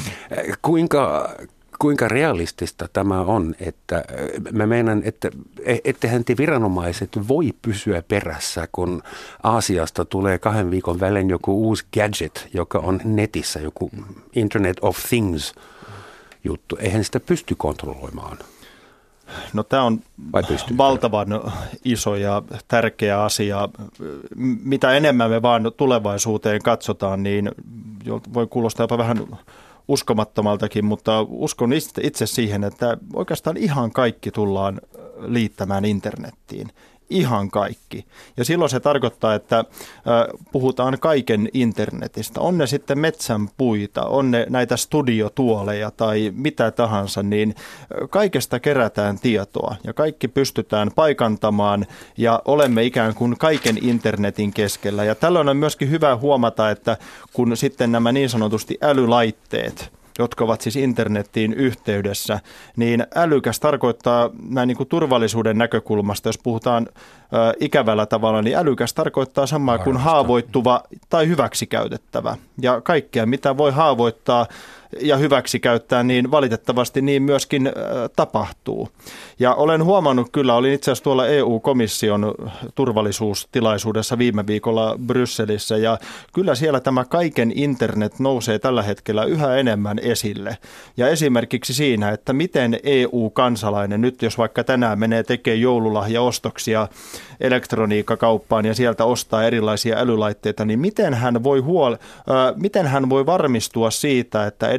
Kuinka realistista tämä on, että mä meinaan, että ettehän te viranomaiset voi pysyä perässä, kun Aasiasta tulee 2 viikon välein joku uusi gadget, joka on netissä, joku Internet of Things juttu. Eihän sitä pysty kontrolloimaan. No tämä on valtavan iso ja tärkeä asia. Mitä enemmän me vaan tulevaisuuteen katsotaan, niin voi kuulostaa jopa vähän uskomattomaltakin, mutta uskon itse siihen, että oikeastaan ihan kaikki tullaan liittämään internettiin. Ihan kaikki. Ja silloin se tarkoittaa, että puhutaan kaiken internetistä. On ne sitten metsän puita, on ne näitä studiotuoleja tai mitä tahansa, niin kaikesta kerätään tietoa ja kaikki pystytään paikantamaan ja olemme ikään kuin kaiken internetin keskellä. Ja tällöin on myöskin hyvä huomata, että kun sitten nämä niin sanotusti älylaitteet, jotka ovat siis internettiin yhteydessä, niin älykäs tarkoittaa näin niin kuin turvallisuuden näkökulmasta, jos puhutaan ikävällä tavalla, niin älykäs tarkoittaa samaa kuin haavoittuva tai hyväksikäytettävä. Ja kaikkea, mitä voi haavoittaa ja hyväksikäyttää, niin valitettavasti niin myöskin tapahtuu. Ja olen huomannut kyllä, olin itse asiassa tuolla EU-komission turvallisuustilaisuudessa viime viikolla Brysselissä, ja kyllä siellä tämä kaiken internet nousee tällä hetkellä yhä enemmän esille. Ja esimerkiksi siinä, että miten EU-kansalainen, nyt jos vaikka tänään menee tekemään joululahjaostoksia elektroniikkakauppaan ja sieltä ostaa erilaisia älylaitteita, niin miten hän voi varmistua siitä, että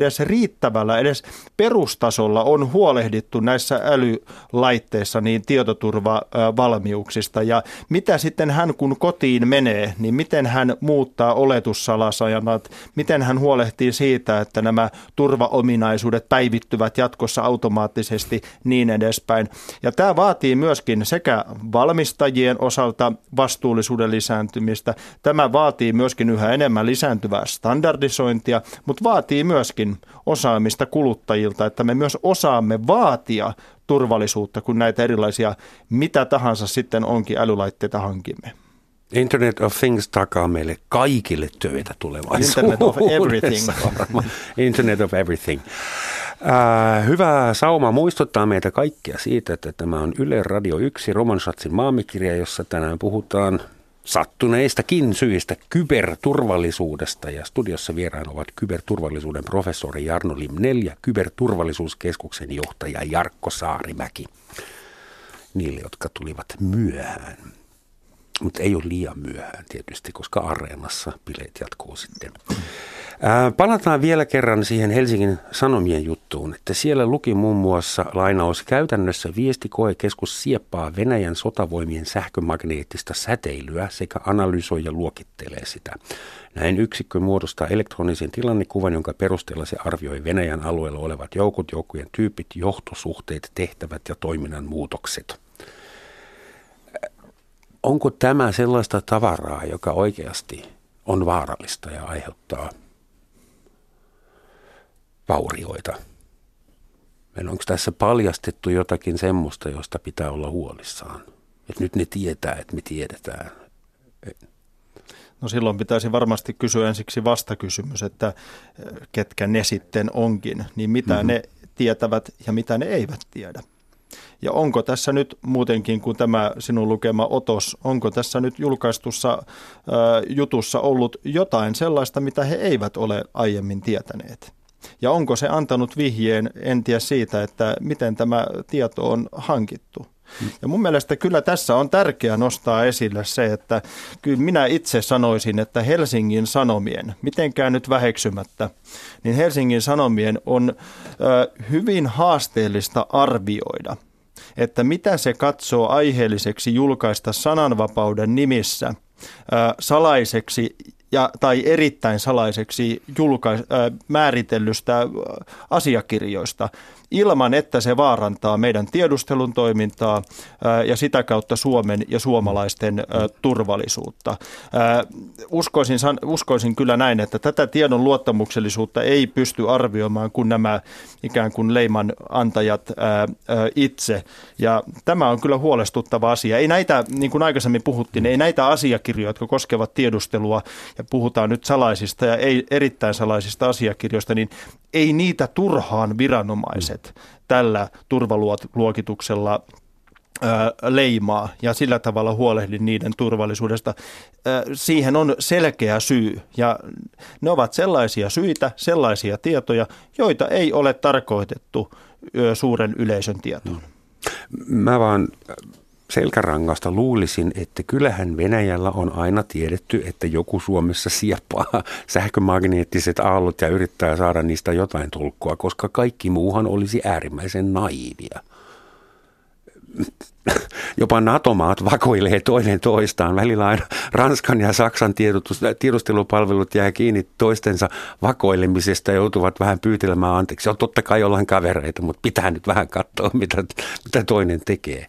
edes riittävällä, edes perustasolla on huolehdittu näissä älylaitteissa niin tietoturvavalmiuksista. Ja mitä sitten hän kun kotiin menee, niin miten hän muuttaa oletussalasanat, miten hän huolehtii siitä, että nämä turvaominaisuudet päivittyvät jatkossa automaattisesti niin edespäin. Ja tämä vaatii myöskin sekä valmistajien osalta vastuullisuuden lisääntymistä, tämä vaatii myöskin yhä enemmän lisääntyvää standardisointia, mutta vaatii myöskin osaamista kuluttajilta, että me myös osaamme vaatia turvallisuutta, kun näitä erilaisia mitä tahansa sitten onkin älylaitteita hankimme. Internet of Things takaa meille kaikille töitä tulevaisuudessa. Internet of Everything. Internet of Everything. Hyvä sauma muistuttaa meitä kaikkia siitä, että tämä on Yle Radio 1 Roman Schatzin maamikirja, jossa tänään puhutaan sattuneistakin syistä kyberturvallisuudesta. Ja studiossa vieraan ovat kyberturvallisuuden professori Jarno Limnell ja kyberturvallisuuskeskuksen johtaja Jarkko Saarimäki. Niille, jotka tulivat myöhään. Mutta ei ole liian myöhään tietysti, koska Areenassa bileet jatkuu sitten. Palataan vielä kerran siihen Helsingin Sanomien juttuun, että siellä luki muun muassa lainaus käytännössä viestikoekeskus sieppaa Venäjän sotavoimien sähkömagneettista säteilyä sekä analysoi ja luokittelee sitä. Näin yksikkö muodostaa elektronisen tilannekuvan, jonka perusteella se arvioi Venäjän alueella olevat joukot, joukkojen tyypit, johtosuhteet, tehtävät ja toiminnan muutokset. Onko tämä sellaista tavaraa, joka oikeasti on vaarallista ja aiheuttaa vaurioita? Onko tässä paljastettu jotakin semmoista, josta pitää olla huolissaan? Että nyt ne tietää, että me tiedetään. No silloin pitäisi varmasti kysyä ensiksi vastakysymys, että ketkä ne sitten onkin, niin mitä ne tietävät ja mitä ne eivät tiedä. Ja onko tässä nyt muutenkin kuin tämä sinun lukema otos, onko tässä nyt julkaistussa jutussa ollut jotain sellaista, mitä he eivät ole aiemmin tietäneet? Ja onko se antanut vihjeen, en tiedä siitä, että miten tämä tieto on hankittu? Ja mun mielestä kyllä tässä on tärkeää nostaa esille se, että kyllä minä itse sanoisin, että Helsingin Sanomien, mitenkään nyt väheksymättä, niin Helsingin Sanomien on hyvin haasteellista arvioida, että mitä se katsoo aiheelliseksi julkaista sananvapauden nimissä salaiseksi tai erittäin salaiseksi määritellystä asiakirjoista, ilman että se vaarantaa meidän tiedustelun toimintaa ja sitä kautta Suomen ja suomalaisten turvallisuutta. Uskoisin kyllä näin, että tätä tiedon luottamuksellisuutta ei pysty arvioimaan kuin nämä ikään kuin leimanantajat itse. Ja tämä on kyllä huolestuttava asia. Ei näitä, niin kuin aikaisemmin puhuttiin, ei näitä asiakirjoja, jotka koskevat tiedustelua ja puhutaan nyt salaisista ja ei erittäin salaisista asiakirjoista, niin ei niitä turhaan viranomaiset tällä turvaluokituksella leimaa ja sillä tavalla huolehdi niiden turvallisuudesta. Siihen on selkeä syy ja ne ovat sellaisia syitä, sellaisia tietoja, joita ei ole tarkoitettu suuren yleisön tietoon. Mä vaan selkärangasta luulisin, että kyllähän Venäjällä on aina tiedetty, että joku Suomessa sieppaa sähkömagneettiset aallot ja yrittää saada niistä jotain tolkkua, koska kaikki muuhan olisi äärimmäisen naiivia. Jopa NATO-maat vakoilee toinen toistaan. Välillä aina Ranskan ja Saksan tiedustelupalvelut jää kiinni toistensa vakoilemisesta ja joutuvat vähän pyytelemään anteeksi. On totta kai ollaan kavereita, mutta pitää nyt vähän katsoa, mitä toinen tekee.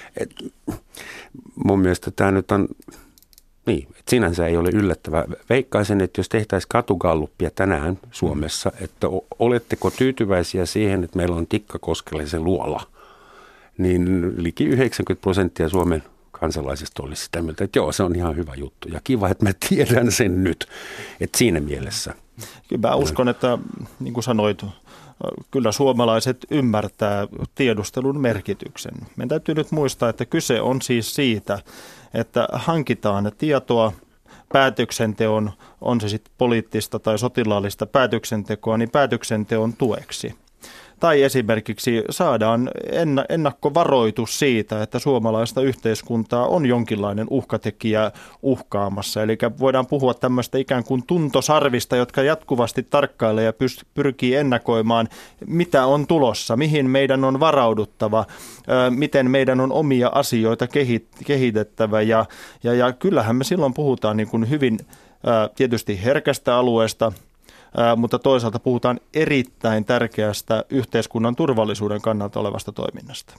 Mun mielestä tämä nyt on, niin, että sinänsä ei ole yllättävää. Veikkaisin, että jos tehtäisiin katugalluppia tänään Suomessa, että oletteko tyytyväisiä siihen, että meillä on Tikkakoskelle se luola, niin liki 90% Suomen kansalaisista olisi sitä mieltä, että joo, se on ihan hyvä juttu ja kiva, että mä tiedän sen nyt, että siinä mielessä. Kyllä mä uskon, että niin kuin sanoit, kyllä suomalaiset ymmärtää tiedustelun merkityksen. Meidän täytyy nyt muistaa, että kyse on siis siitä, että hankitaan tietoa päätöksenteon, on se sitten poliittista tai sotilaallista päätöksentekoa, niin päätöksenteon tueksi. Tai esimerkiksi saadaan ennakkovaroitus siitä, että suomalaista yhteiskuntaa on jonkinlainen uhkatekijä uhkaamassa. Eli voidaan puhua tämmöistä ikään kuin tuntosarvista, jotka jatkuvasti tarkkailee ja pyrkii ennakoimaan, mitä on tulossa, mihin meidän on varauduttava, miten meidän on omia asioita kehitettävä. Ja kyllähän me silloin puhutaan niin kuin hyvin tietysti herkästä alueesta, mutta toisaalta puhutaan erittäin tärkeästä yhteiskunnan turvallisuuden kannalta olevasta toiminnasta.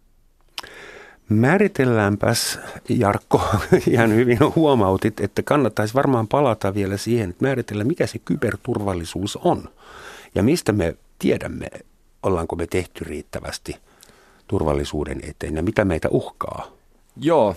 Määritelläänpäs, Jarkko, ihan hyvin huomautit, että kannattaisi varmaan palata vielä siihen, että määritellä, mikä se kyberturvallisuus on. Ja mistä me tiedämme, ollaanko me tehty riittävästi turvallisuuden eteen ja mitä meitä uhkaa? Joo,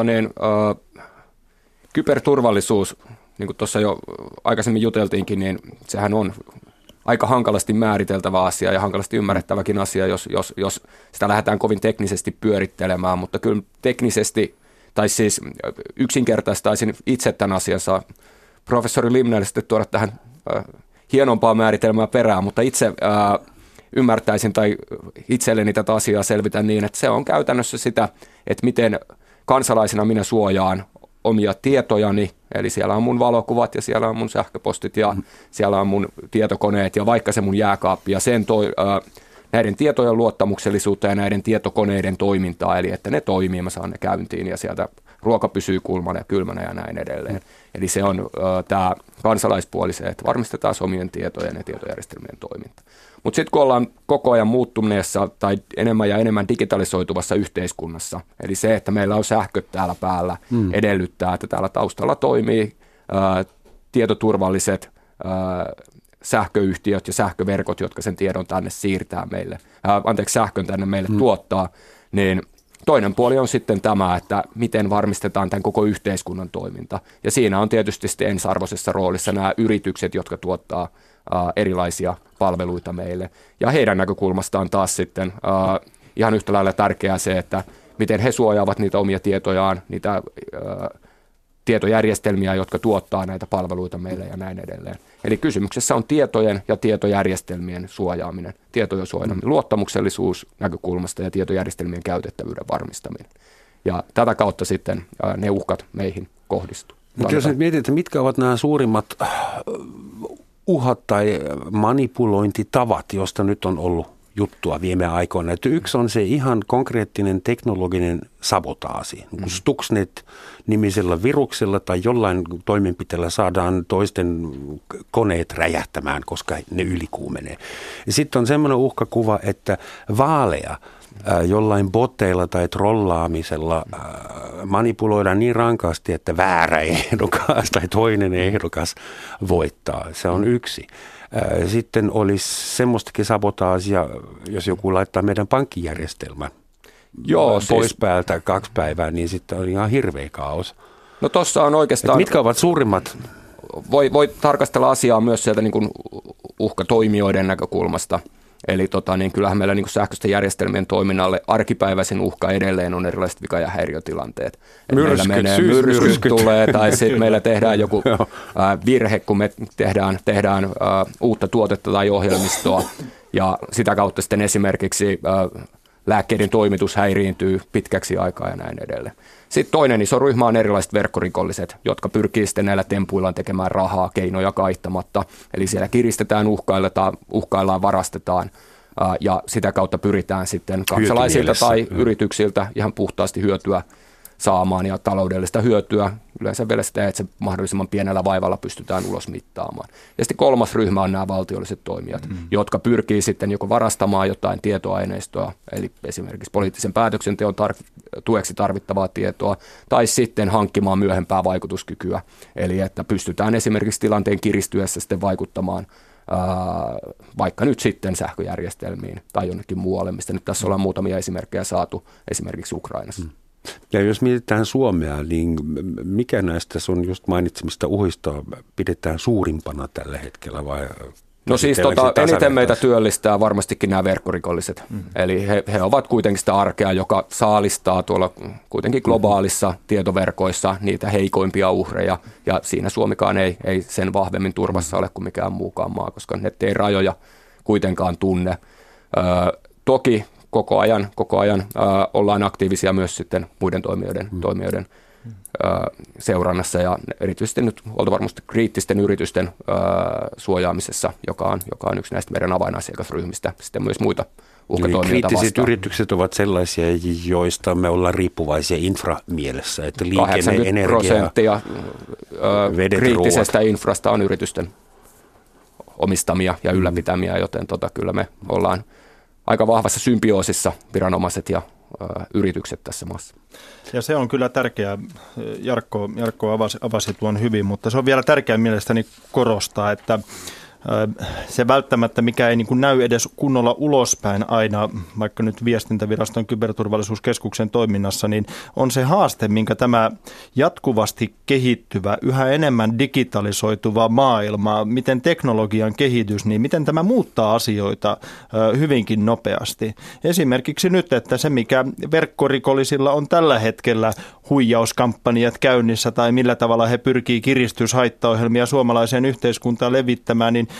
kyberturvallisuus, niin kuin tuossa jo aikaisemmin juteltiinkin, niin sehän on aika hankalasti määriteltävä asia ja hankalasti ymmärrettäväkin asia, jos sitä lähdetään kovin teknisesti pyörittelemään, mutta kyllä teknisesti, tai siis yksinkertaistaisin itse tämän asiansa, professori Limnell sitten tuoda tähän hienompaa määritelmää perään, mutta itse ymmärtäisin tai itselleni tätä asiaa selvitän niin, että se on käytännössä sitä, että miten kansalaisena minä suojaan omia tietojani, eli siellä on mun valokuvat ja siellä on mun sähköpostit ja siellä on mun tietokoneet ja vaikka se mun jääkaappi ja näiden tietojen luottamuksellisuutta ja näiden tietokoneiden toimintaa, eli että ne toimii, mä saan ne käyntiin ja sieltä ruoka pysyy kulmana ja kylmänä ja näin edelleen. Eli se on tämä kansalaispuoli se, että varmistetaan omien tietojen ja tietojärjestelmien toiminta. Mutta sitten kun ollaan koko ajan muuttuneessa tai enemmän ja enemmän digitalisoituvassa yhteiskunnassa, eli se, että meillä on sähköt täällä päällä, edellyttää, että täällä taustalla toimii tietoturvalliset sähköyhtiöt ja sähköverkot, jotka sen tiedon tänne siirtää meille, sähkön tänne meille tuottaa, niin toinen puoli on sitten tämä, että miten varmistetaan tämän koko yhteiskunnan toiminta. Ja siinä on tietysti sitten ensiarvoisessa roolissa nämä yritykset, jotka tuottaa erilaisia palveluita meille. Ja heidän näkökulmastaan taas sitten ihan yhtä lailla tärkeää se, että miten he suojaavat niitä omia tietojaan, niitä tietojärjestelmiä, jotka tuottaa näitä palveluita meille ja näin edelleen. Eli kysymyksessä on tietojen ja tietojärjestelmien suojaaminen, tietojen suojaaminen, luottamuksellisuus näkökulmasta ja tietojärjestelmien käytettävyyden varmistaminen. Ja tätä kautta sitten ne uhkat meihin kohdistuu. Mutta jos nyt mietitään, mitkä ovat nämä suurimmat uhat tai manipulointitavat, joista nyt on ollut juttua viime aikoina. Että yksi on se ihan konkreettinen teknologinen sabotaasi. Stuxnet-nimisellä viruksella tai jollain toimenpiteellä saadaan toisten koneet räjähtämään, koska ne ylikuumenee. Ja sitten on semmoinen uhkakuva, että vaaleja jollain botteilla tai trollaamisella manipuloidaan niin rankasti, että väärä ehdokas tai toinen ehdokas voittaa. Se on yksi. Sitten olisi semmoistakin sabotaasia, jos joku laittaa meidän pankkijärjestelmän pois päältä 2 päivää, niin sitten on ihan hirveä kaos. No tossa on oikeastaan... Mitkä ovat suurimmat? Voi tarkastella asiaa myös sieltä niin kuin uhkatoimijoiden näkökulmasta. Eli niin kyllähän meillä niin kuin sähköisten järjestelmien toiminnalle arkipäiväisen uhka edelleen on erilaiset vika- ja häiriötilanteet. Myrskyt tulee tai sitten meillä tehdään joku virhe, kun me tehdään uutta tuotetta tai ohjelmistoa ja sitä kautta sitten esimerkiksi lääkkeiden toimitus häiriintyy pitkäksi aikaa ja näin edelleen. Sitten toinen iso ryhmä on erilaiset verkkorikolliset, jotka pyrkii sitten näillä tempuillaan tekemään rahaa keinoja kaihtamatta. Eli siellä kiristetään, uhkaillaan, varastetaan ja sitä kautta pyritään sitten kansalaisilta tai yrityksiltä ihan puhtaasti hyötyä saamaan ja taloudellista hyötyä. Yleensä vielä sitä, että se mahdollisimman pienellä vaivalla pystytään ulos mittaamaan. Ja sitten kolmas ryhmä on nämä valtiolliset toimijat, jotka pyrkii sitten joko varastamaan jotain tietoaineistoa, eli esimerkiksi poliittisen päätöksenteon tueksi tarvittavaa tietoa, tai sitten hankkimaan myöhempää vaikutuskykyä. Eli että pystytään esimerkiksi tilanteen kiristyessä sitten vaikuttamaan vaikka nyt sitten sähköjärjestelmiin tai jonnekin muualle, mistä nyt tässä ollaan muutamia esimerkkejä saatu esimerkiksi Ukrainassa. Ja jos mietitään Suomea, niin mikä näistä sun just mainitsemista uhista pidetään suurimpana tällä hetkellä vai? No siis eniten meitä työllistää varmastikin nämä verkkorikolliset. Eli he ovat kuitenkin sitä arkea, joka saalistaa tuolla kuitenkin globaalissa tietoverkoissa niitä heikoimpia uhreja. Ja siinä Suomikaan ei sen vahvemmin turvassa ole kuin mikään muukaan maa, koska net ei rajoja kuitenkaan tunne. Toki koko ajan ollaan aktiivisia myös sitten muiden toimijoiden seurannassa ja erityisesti nyt huoltovarmuuden kriittisten yritysten suojaamisessa, joka on yksi näistä meidän avainasiakasryhmistä, sitten myös muita uhkatoimijoita vastaan. Kriittiset yritykset ovat sellaisia, joista me ollaan riippuvaisia inframielessä, että liikenne, energia, 80% kriittisestä infrasta on yritysten omistamia ja ylläpitämiä, joten kyllä me ollaan aika vahvassa symbioosissa viranomaiset ja yritykset tässä maassa. Ja se on kyllä tärkeää, Jarkko avasi tuon hyvin, mutta se on vielä tärkeää mielestäni korostaa, että se välttämättä, mikä ei niin kuin näy edes kunnolla ulospäin aina, vaikka nyt viestintäviraston kyberturvallisuuskeskuksen toiminnassa, niin on se haaste, minkä tämä jatkuvasti kehittyvä, yhä enemmän digitalisoituva maailma, miten teknologian kehitys, niin miten tämä muuttaa asioita hyvinkin nopeasti. Esimerkiksi nyt, että se mikä verkkorikollisilla on tällä hetkellä huijauskampanjat käynnissä tai millä tavalla he pyrkii kiristyshaittaohjelmia suomalaiseen yhteiskuntaan levittämään, niin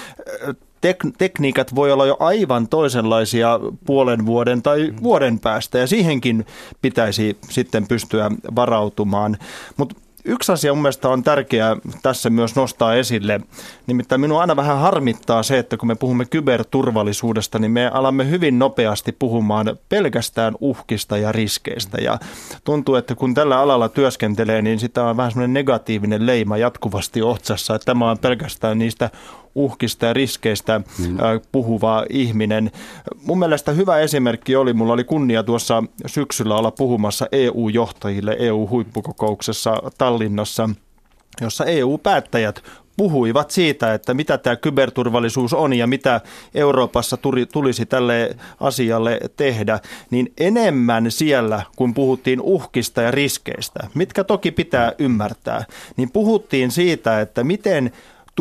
tekniikat voi olla jo aivan toisenlaisia puolen vuoden tai vuoden päästä ja siihenkin pitäisi sitten pystyä varautumaan. Mutta yksi asia mun mielestä on tärkeää tässä myös nostaa esille, nimittäin minua aina vähän harmittaa se, että kun me puhumme kyberturvallisuudesta, niin me alamme hyvin nopeasti puhumaan pelkästään uhkista ja riskeistä. Ja tuntuu, että kun tällä alalla työskentelee, niin sitä on vähän semmoinen negatiivinen leima jatkuvasti otsassa, että tämä on pelkästään niistä uhkista ja riskeistä puhuva ihminen. Mun mielestä hyvä esimerkki mulla oli kunnia tuossa syksyllä olla puhumassa EU-johtajille EU-huippukokouksessa Tallinnassa, jossa EU-päättäjät puhuivat siitä, että mitä tämä kyberturvallisuus on ja mitä Euroopassa tulisi tälle asialle tehdä, niin enemmän siellä, kun puhuttiin uhkista ja riskeistä, mitkä toki pitää ymmärtää, niin puhuttiin siitä, että miten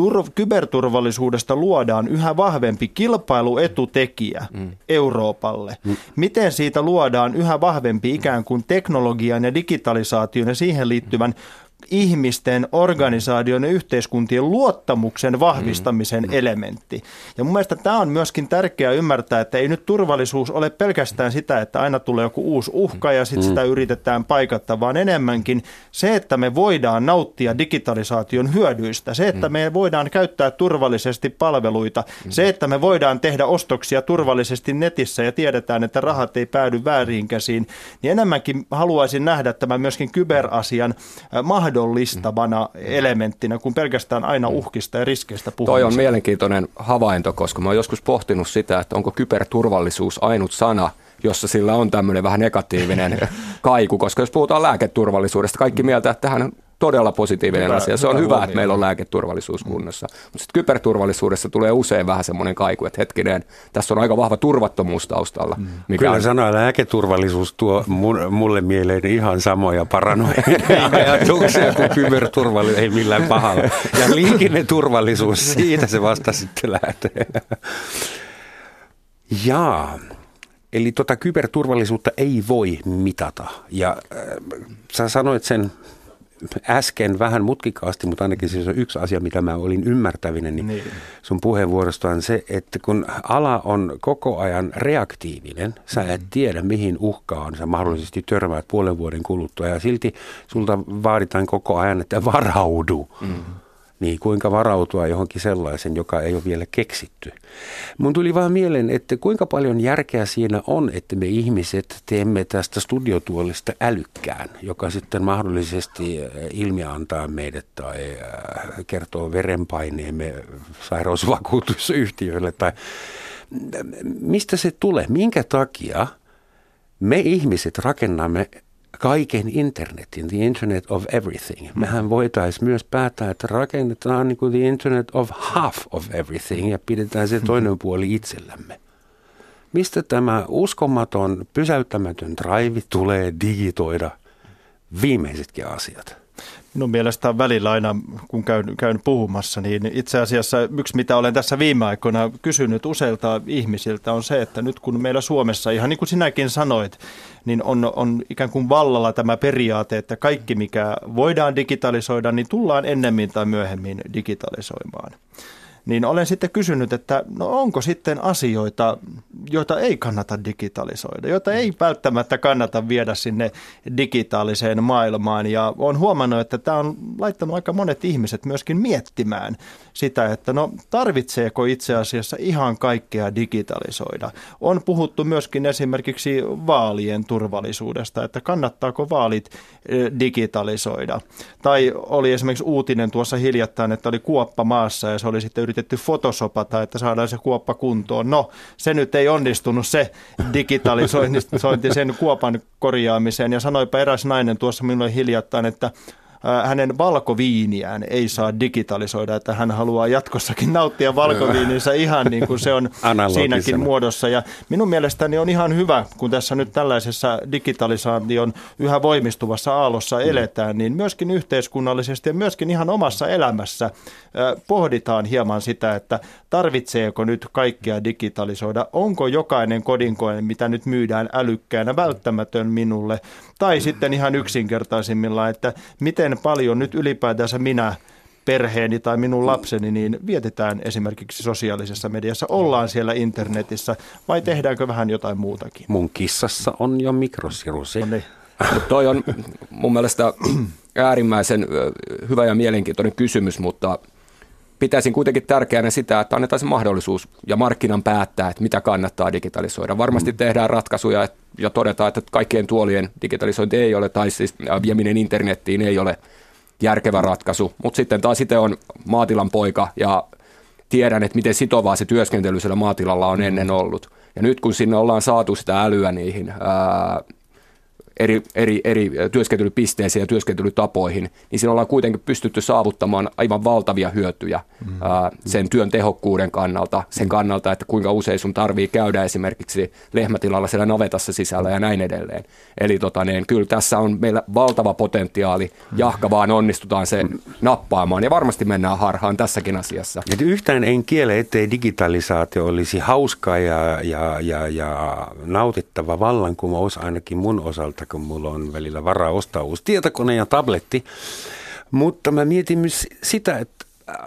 kyberturvallisuudesta luodaan yhä vahvempi kilpailuetutekijä Euroopalle. Miten siitä luodaan yhä vahvempi ikään kuin teknologian ja digitalisaation ja siihen liittyvän ihmisten, organisaation ja yhteiskuntien luottamuksen vahvistamisen elementti. Ja mun mielestä tämä on myöskin tärkeää ymmärtää, että ei nyt turvallisuus ole pelkästään sitä, että aina tulee joku uusi uhka ja sitten sitä yritetään paikata, vaan enemmänkin se, että me voidaan nauttia digitalisaation hyödyistä, se, että me voidaan käyttää turvallisesti palveluita, se, että me voidaan tehdä ostoksia turvallisesti netissä ja tiedetään, että rahat ei päädy vääriin käsiin, niin enemmänkin haluaisin nähdä tämän myöskin kyberasian mahdollistavana elementtinä, kun pelkästään aina uhkista ja riskeistä puhutaan. Toi on mielenkiintoinen havainto, koska mä oon joskus pohtinut sitä, että onko kyberturvallisuus ainut sana, jossa sillä on tämmöinen vähän negatiivinen kaiku, koska jos puhutaan lääketurvallisuudesta, kaikki mieltä, että tähän on todella positiivinen asia. Se on hyvä, että meillä on lääketurvallisuus kunnossa. Mutta sitten kyberturvallisuudessa tulee usein vähän semmoinen kaiku, että hetkinen, tässä on aika vahva turvattomuus taustalla. Kyllä sanoa lääketurvallisuus tuo mulle mieleen ihan samoja paranoia-ajatuksia kuin kyberturvallisuus, ei millään pahalla. Ja liikenneturvallisuus, siitä se vasta sitten lähtee. Jaa. Eli kyberturvallisuutta ei voi mitata. Ja sä sanoit sen äsken vähän mutkikaasti, mutta ainakin se on yksi asia, mitä mä olin ymmärtävinen, niin sun puheenvuorosta on se, että kun ala on koko ajan reaktiivinen, sä et tiedä mihin uhkaan sä mahdollisesti törmäät puolen vuoden kuluttua ja silti sulta vaaditaan koko ajan, että varaudu. Niin kuinka varautua johonkin sellaisen, joka ei ole vielä keksitty. Mun tuli vaan mieleen, että kuinka paljon järkeä siinä on, että me ihmiset teemme tästä studiotuolista älykkään, joka sitten mahdollisesti ilmiantaa meidät tai kertoo verenpaineemme sairausvakuutusyhtiöille. Tai mistä se tulee? Minkä takia me ihmiset rakennamme kaiken internetin, the internet of everything. Mehän voitaisiin myös päättää, että rakennetaan niin kuin the internet of half of everything ja pidetään se toinen puoli itsellämme. Mistä tämä uskomaton, pysäyttämätön drive tulee digitoida viimeisetkin asiat? Minun mielestä välillä aina, kun käyn puhumassa, niin itse asiassa yksi, mitä olen tässä viime aikoina kysynyt useilta ihmisiltä, on se, että nyt kun meillä Suomessa, ihan niin kuin sinäkin sanoit, niin on ikään kuin vallalla tämä periaate, että kaikki, mikä voidaan digitalisoida, niin tullaan ennemmin tai myöhemmin digitalisoimaan. niin olen sitten kysynyt, että no onko sitten asioita, joita ei kannata digitalisoida, joita ei välttämättä kannata viedä sinne digitaaliseen maailmaan. Ja olen huomannut, että tämä on laittanut aika monet ihmiset myöskin miettimään sitä, että no tarvitseeko itse asiassa ihan kaikkea digitalisoida. On puhuttu myöskin esimerkiksi vaalien turvallisuudesta, että kannattaako vaalit digitalisoida. Tai oli esimerkiksi uutinen tuossa hiljattain, että oli kuoppa maassa ja se oli sitten yritetty photosopata, että saadaan se kuoppa kuntoon. No, se nyt ei onnistunut se digitalisointi sen kuopan korjaamiseen ja sanoipa eräs nainen tuossa minulle hiljattain, että hänen valkoviiniään ei saa digitalisoida, että hän haluaa jatkossakin nauttia valkoviininsä ihan niin kuin se on siinäkin muodossa. Ja minun mielestäni on ihan hyvä, kun tässä nyt tällaisessa digitalisaation yhä voimistuvassa aallossa eletään, niin myöskin yhteiskunnallisesti ja myöskin ihan omassa elämässä pohditaan hieman sitä, että tarvitseeko nyt kaikkea digitalisoida, onko jokainen kodinkoe, mitä nyt myydään älykkäänä, välttämätön minulle, tai sitten ihan yksinkertaisimmillaan, että miten paljon nyt ylipäätänsä minä, perheeni tai minun lapseni, niin vietetään esimerkiksi sosiaalisessa mediassa, ollaan siellä internetissä vai tehdäänkö vähän jotain muutakin? Mun kissassa on jo mikrosirusi. No niin. Toi on mun mielestä äärimmäisen hyvä ja mielenkiintoinen kysymys, mutta pitäisin kuitenkin tärkeänä sitä, että annetaan se mahdollisuus ja markkinan päättää, että mitä kannattaa digitalisoida. Varmasti tehdään ratkaisuja ja todetaan, että kaikkien tuolien digitalisointi ei ole, tai siis vieminen internettiin ei ole järkevä ratkaisu. Mutta sitten taas itse on maatilan poika ja tiedän, että miten sitovaa se työskentely siellä maatilalla on ennen ollut. Ja nyt kun sinne ollaan saatu sitä älyä niihin eri työskentelypisteisiin ja työskentelytapoihin, niin siinä ollaan kuitenkin pystytty saavuttamaan aivan valtavia hyötyjä sen työn tehokkuuden kannalta, sen kannalta, että kuinka usein sun tarvii käydä esimerkiksi lehmätilalla siellä navetassa sisällä ja näin edelleen. Eli kyllä tässä on meillä valtava potentiaali, jahka vaan onnistutaan se nappaamaan ja varmasti mennään harhaan tässäkin asiassa. Et yhtään en kiele, ettei digitalisaatio olisi hauska ja nautittava vallankumous ainakin mun osalta, kun mulla on välillä varaa ostaa uusi tietokone ja tabletti. Mutta mä mietin myös sitä, että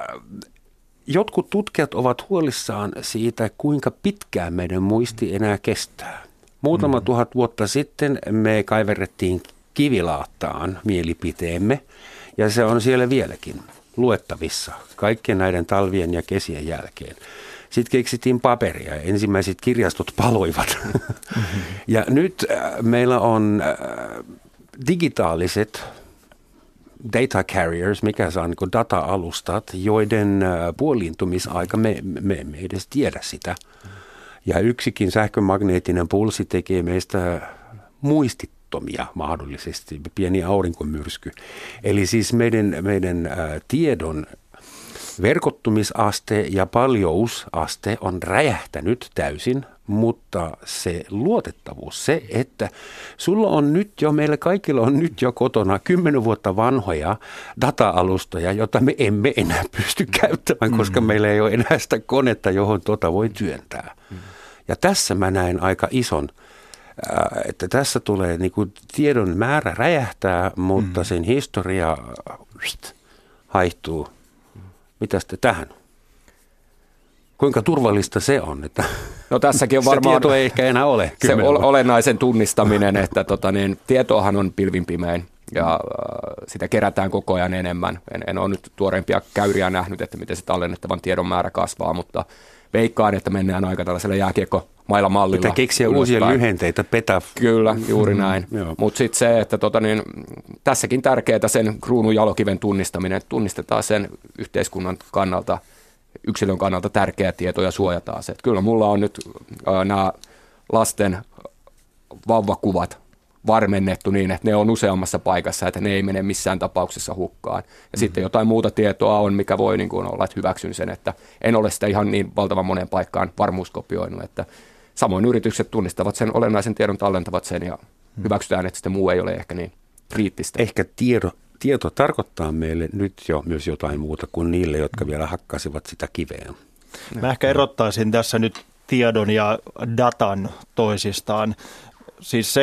jotkut tutkijat ovat huolissaan siitä, kuinka pitkään meidän muisti enää kestää. Muutama tuhat vuotta sitten me kaiverrettiin kivilaattaan mielipiteemme ja se on siellä vieläkin luettavissa kaikkien näiden talvien ja kesien jälkeen. Sitten keksittiin paperia ja ensimmäiset kirjastot paloivat. Ja nyt meillä on digitaaliset data carriers, mikä saa niin kuin data-alustat, joiden puoliintumisaika me emme edes tiedä sitä. Ja yksikin sähkömagneettinen pulssi tekee meistä muistittomia mahdollisesti, pieni aurinkomyrsky. Eli siis meidän tiedon verkottumisaste ja paljousaste on räjähtänyt täysin, mutta se luotettavuus, se, että sulla on nyt jo, meillä kaikilla on nyt jo kotona 10 vuotta vanhoja data-alustoja, jota me emme enää pysty käyttämään, koska meillä ei ole enää sitä konetta, johon voi työntää. Ja tässä mä näen aika ison, että tässä tulee niin kuin tiedon määrä räjähtää, mutta sen historia haihtuu. Mitäs te tähän? Kuinka turvallista se on? Että no tässäkin on varmaan, se tieto ei ehkä enää ole. Se olennaisen tunnistaminen, että tietoahan on pilvin pimein ja sitä kerätään koko ajan enemmän. En ole nyt tuoreimpia käyriä nähnyt, että miten se tallennettavan tiedon määrä kasvaa, mutta veikkaan, että mennään aika tällaisella jääkiekko-mailla-mallilla. Pitää keksiä uusia lyhenteitä, PETA. Kyllä, juuri näin. Mutta sitten se, että tässäkin tärkeää sen kruunun jalokiven tunnistaminen, että tunnistetaan sen yhteiskunnan kannalta, yksilön kannalta tärkeä tieto ja suojataan se. Että kyllä mulla on nyt nämä lasten vauvakuvat varmennettu niin, että ne on useammassa paikassa, että ne ei mene missään tapauksessa hukkaan. Ja sitten jotain muuta tietoa on, mikä voi niin kuin olla, että hyväksyn sen, että en ole sitä ihan niin valtavan moneen paikkaan varmuuskopioinut, että samoin yritykset tunnistavat sen olennaisen tiedon, tallentavat sen ja hyväksytään, että sitten muu ei ole ehkä niin kriittistä. Ehkä tieto tarkoittaa meille nyt jo myös jotain muuta kuin niille, jotka vielä hakkasivat sitä kiveen. Mä ehkä erottaisin tässä nyt tiedon ja datan toisistaan. Siis se,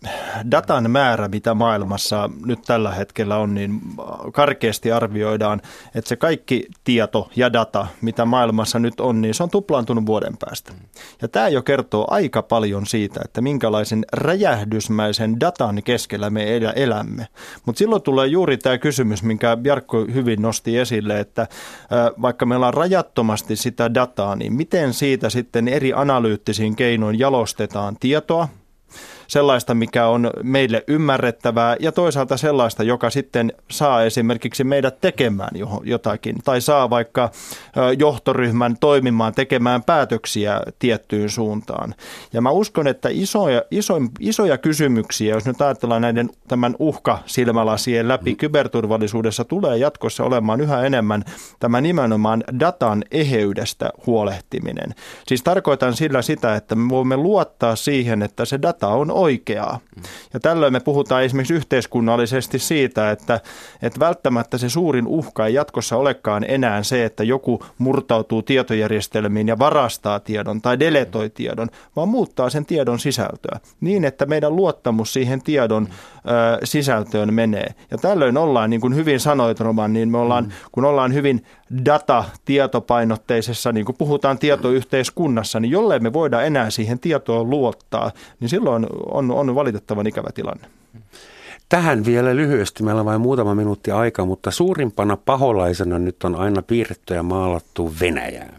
datan määrä, mitä maailmassa nyt tällä hetkellä on, niin karkeasti arvioidaan, että se kaikki tieto ja data, mitä maailmassa nyt on, niin se on tuplaantunut vuoden päästä. Ja tämä jo kertoo aika paljon siitä, että minkälaisen räjähdysmäisen datan keskellä me elämme. Mutta silloin tulee juuri tämä kysymys, minkä Jarkko hyvin nosti esille, että vaikka meillä on rajattomasti sitä dataa, niin miten siitä sitten eri analyyttisiin keinoin jalostetaan tietoa, sellaista, mikä on meille ymmärrettävää ja toisaalta sellaista, joka sitten saa esimerkiksi meidät tekemään jotakin tai saa vaikka johtoryhmän toimimaan, tekemään päätöksiä tiettyyn suuntaan. Ja mä uskon, että isoja kysymyksiä, jos nyt ajatellaan tämän uhkasilmälasien läpi, kyberturvallisuudessa tulee jatkossa olemaan yhä enemmän tämä nimenomaan datan eheydestä huolehtiminen. Siis tarkoitan sillä sitä, että me voimme luottaa siihen, että se data on oikeaa. Ja tällöin me puhutaan esimerkiksi yhteiskunnallisesti siitä, että välttämättä se suurin uhka ei jatkossa olekaan enää se, että joku murtautuu tietojärjestelmiin ja varastaa tiedon tai deletoi tiedon, vaan muuttaa sen tiedon sisältöä niin, että meidän luottamus siihen tiedon sisältöön menee. Ja tällöin ollaan, niin kuin hyvin sanoit Roman, niin kun ollaan hyvin tietopainotteisessa, niin kuin puhutaan tietoyhteiskunnassa, niin jollei me voida enää siihen tietoon luottaa, niin silloin on valitettavan ikävä tilanne. Tähän vielä lyhyesti, meillä on vain muutama minuutti aikaa, mutta suurimpana paholaisena nyt on aina piirretty ja maalattu Venäjää.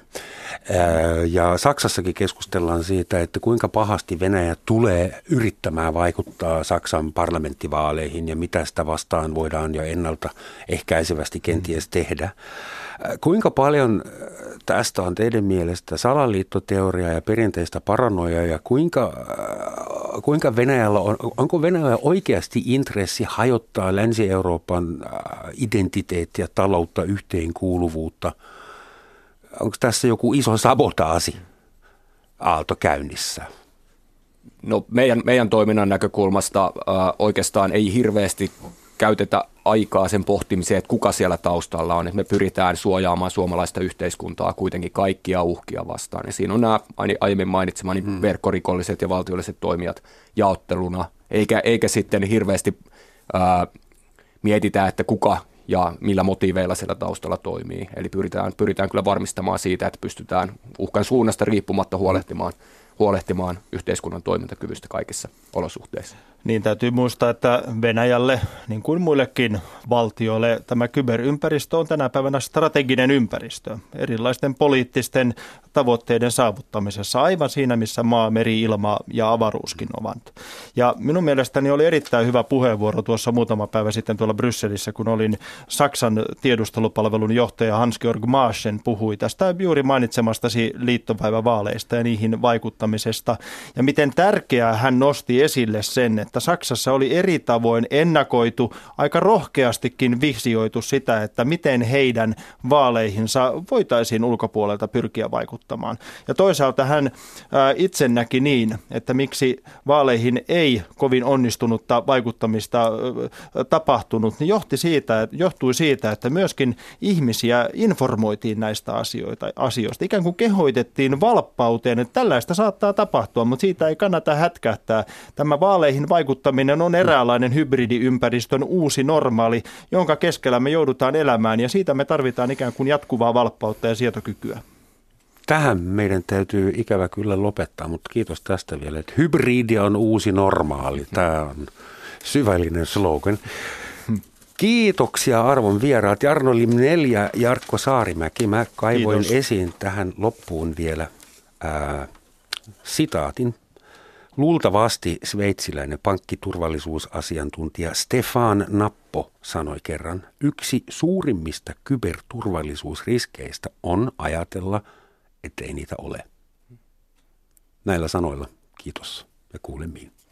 Ja Saksassakin keskustellaan siitä, että kuinka pahasti Venäjä tulee yrittämään vaikuttaa Saksan parlamenttivaaleihin ja mitä sitä vastaan voidaan jo ennaltaehkäisevästi kenties tehdä. Kuinka paljon tästä on teidän mielestä salaliittoteoriaa ja perinteistä paranoiaa ja kuinka Venäjällä onko Venäjällä oikeasti intressi hajottaa Länsi-Euroopan identiteettiä, taloutta, yhteenkuuluvuutta? Onko tässä joku iso sabotaasi aalto käynnissä? No meidän toiminnan näkökulmasta oikeastaan ei hirveästi käytetä aikaa sen pohtimiseen, että kuka siellä taustalla on. Että me pyritään suojaamaan suomalaista yhteiskuntaa kuitenkin kaikkia uhkia vastaan. Ja siinä on nämä aiemmin mainitsemani verkkorikolliset ja valtiolliset toimijat jaotteluna, eikä sitten hirveästi mietitä, että kuka ja millä motiiveilla siellä taustalla toimii. Eli pyritään kyllä varmistamaan siitä, että pystytään uhkan suunnasta riippumatta huolehtimaan yhteiskunnan toimintakyvystä kaikissa olosuhteissa. Niin täytyy muistaa, että Venäjälle, niin kuin muillekin valtioille, tämä kyberympäristö on tänä päivänä strateginen ympäristö erilaisten poliittisten tavoitteiden saavuttamisessa, aivan siinä, missä maa, meri, ilma ja avaruuskin ovat. Ja minun mielestäni oli erittäin hyvä puheenvuoro tuossa muutama päivä sitten tuolla Brysselissä, kun olin Saksan tiedustelupalvelun johtaja Hans-Georg Maaschen puhui tästä juuri mainitsemastasi liittopäivävaaleista ja niihin vaikuttamisesta. Ja miten tärkeää hän nosti esille sen, että Saksassa oli eri tavoin ennakoitu, aika rohkeastikin visioitu sitä, että miten heidän vaaleihinsa voitaisiin ulkopuolelta pyrkiä vaikuttamaan. Ja toisaalta hän itse näki niin, että miksi vaaleihin ei kovin onnistunutta vaikuttamista tapahtunut, niin johtui siitä, että myöskin ihmisiä informoitiin näistä asioista. Ikään kuin kehoitettiin valppauteen, että tällaista saattaa tapahtua, mutta siitä ei kannata hätkähtää. Tämä vaaleihin vaikuttaminen on eräänlainen hybridiympäristön uusi normaali, jonka keskellä me joudutaan elämään ja siitä me tarvitaan ikään kuin jatkuvaa valppautta ja sietokykyä. Tähän meidän täytyy ikävä kyllä lopettaa, mutta kiitos tästä vielä, että hybridi on uusi normaali. Tämä on syvällinen slogan. Kiitoksia arvon vieraat. Jarno Limnell ja Jarkko Saarimäki. Mä kaivoin esiin tähän loppuun vielä sitaatin. Luultavasti sveitsiläinen pankkiturvallisuusasiantuntija Stefan Nappo sanoi kerran, yksi suurimmista kyberturvallisuusriskeistä on ajatella, ettei niitä ole. Näillä sanoilla kiitos ja kuulemiin.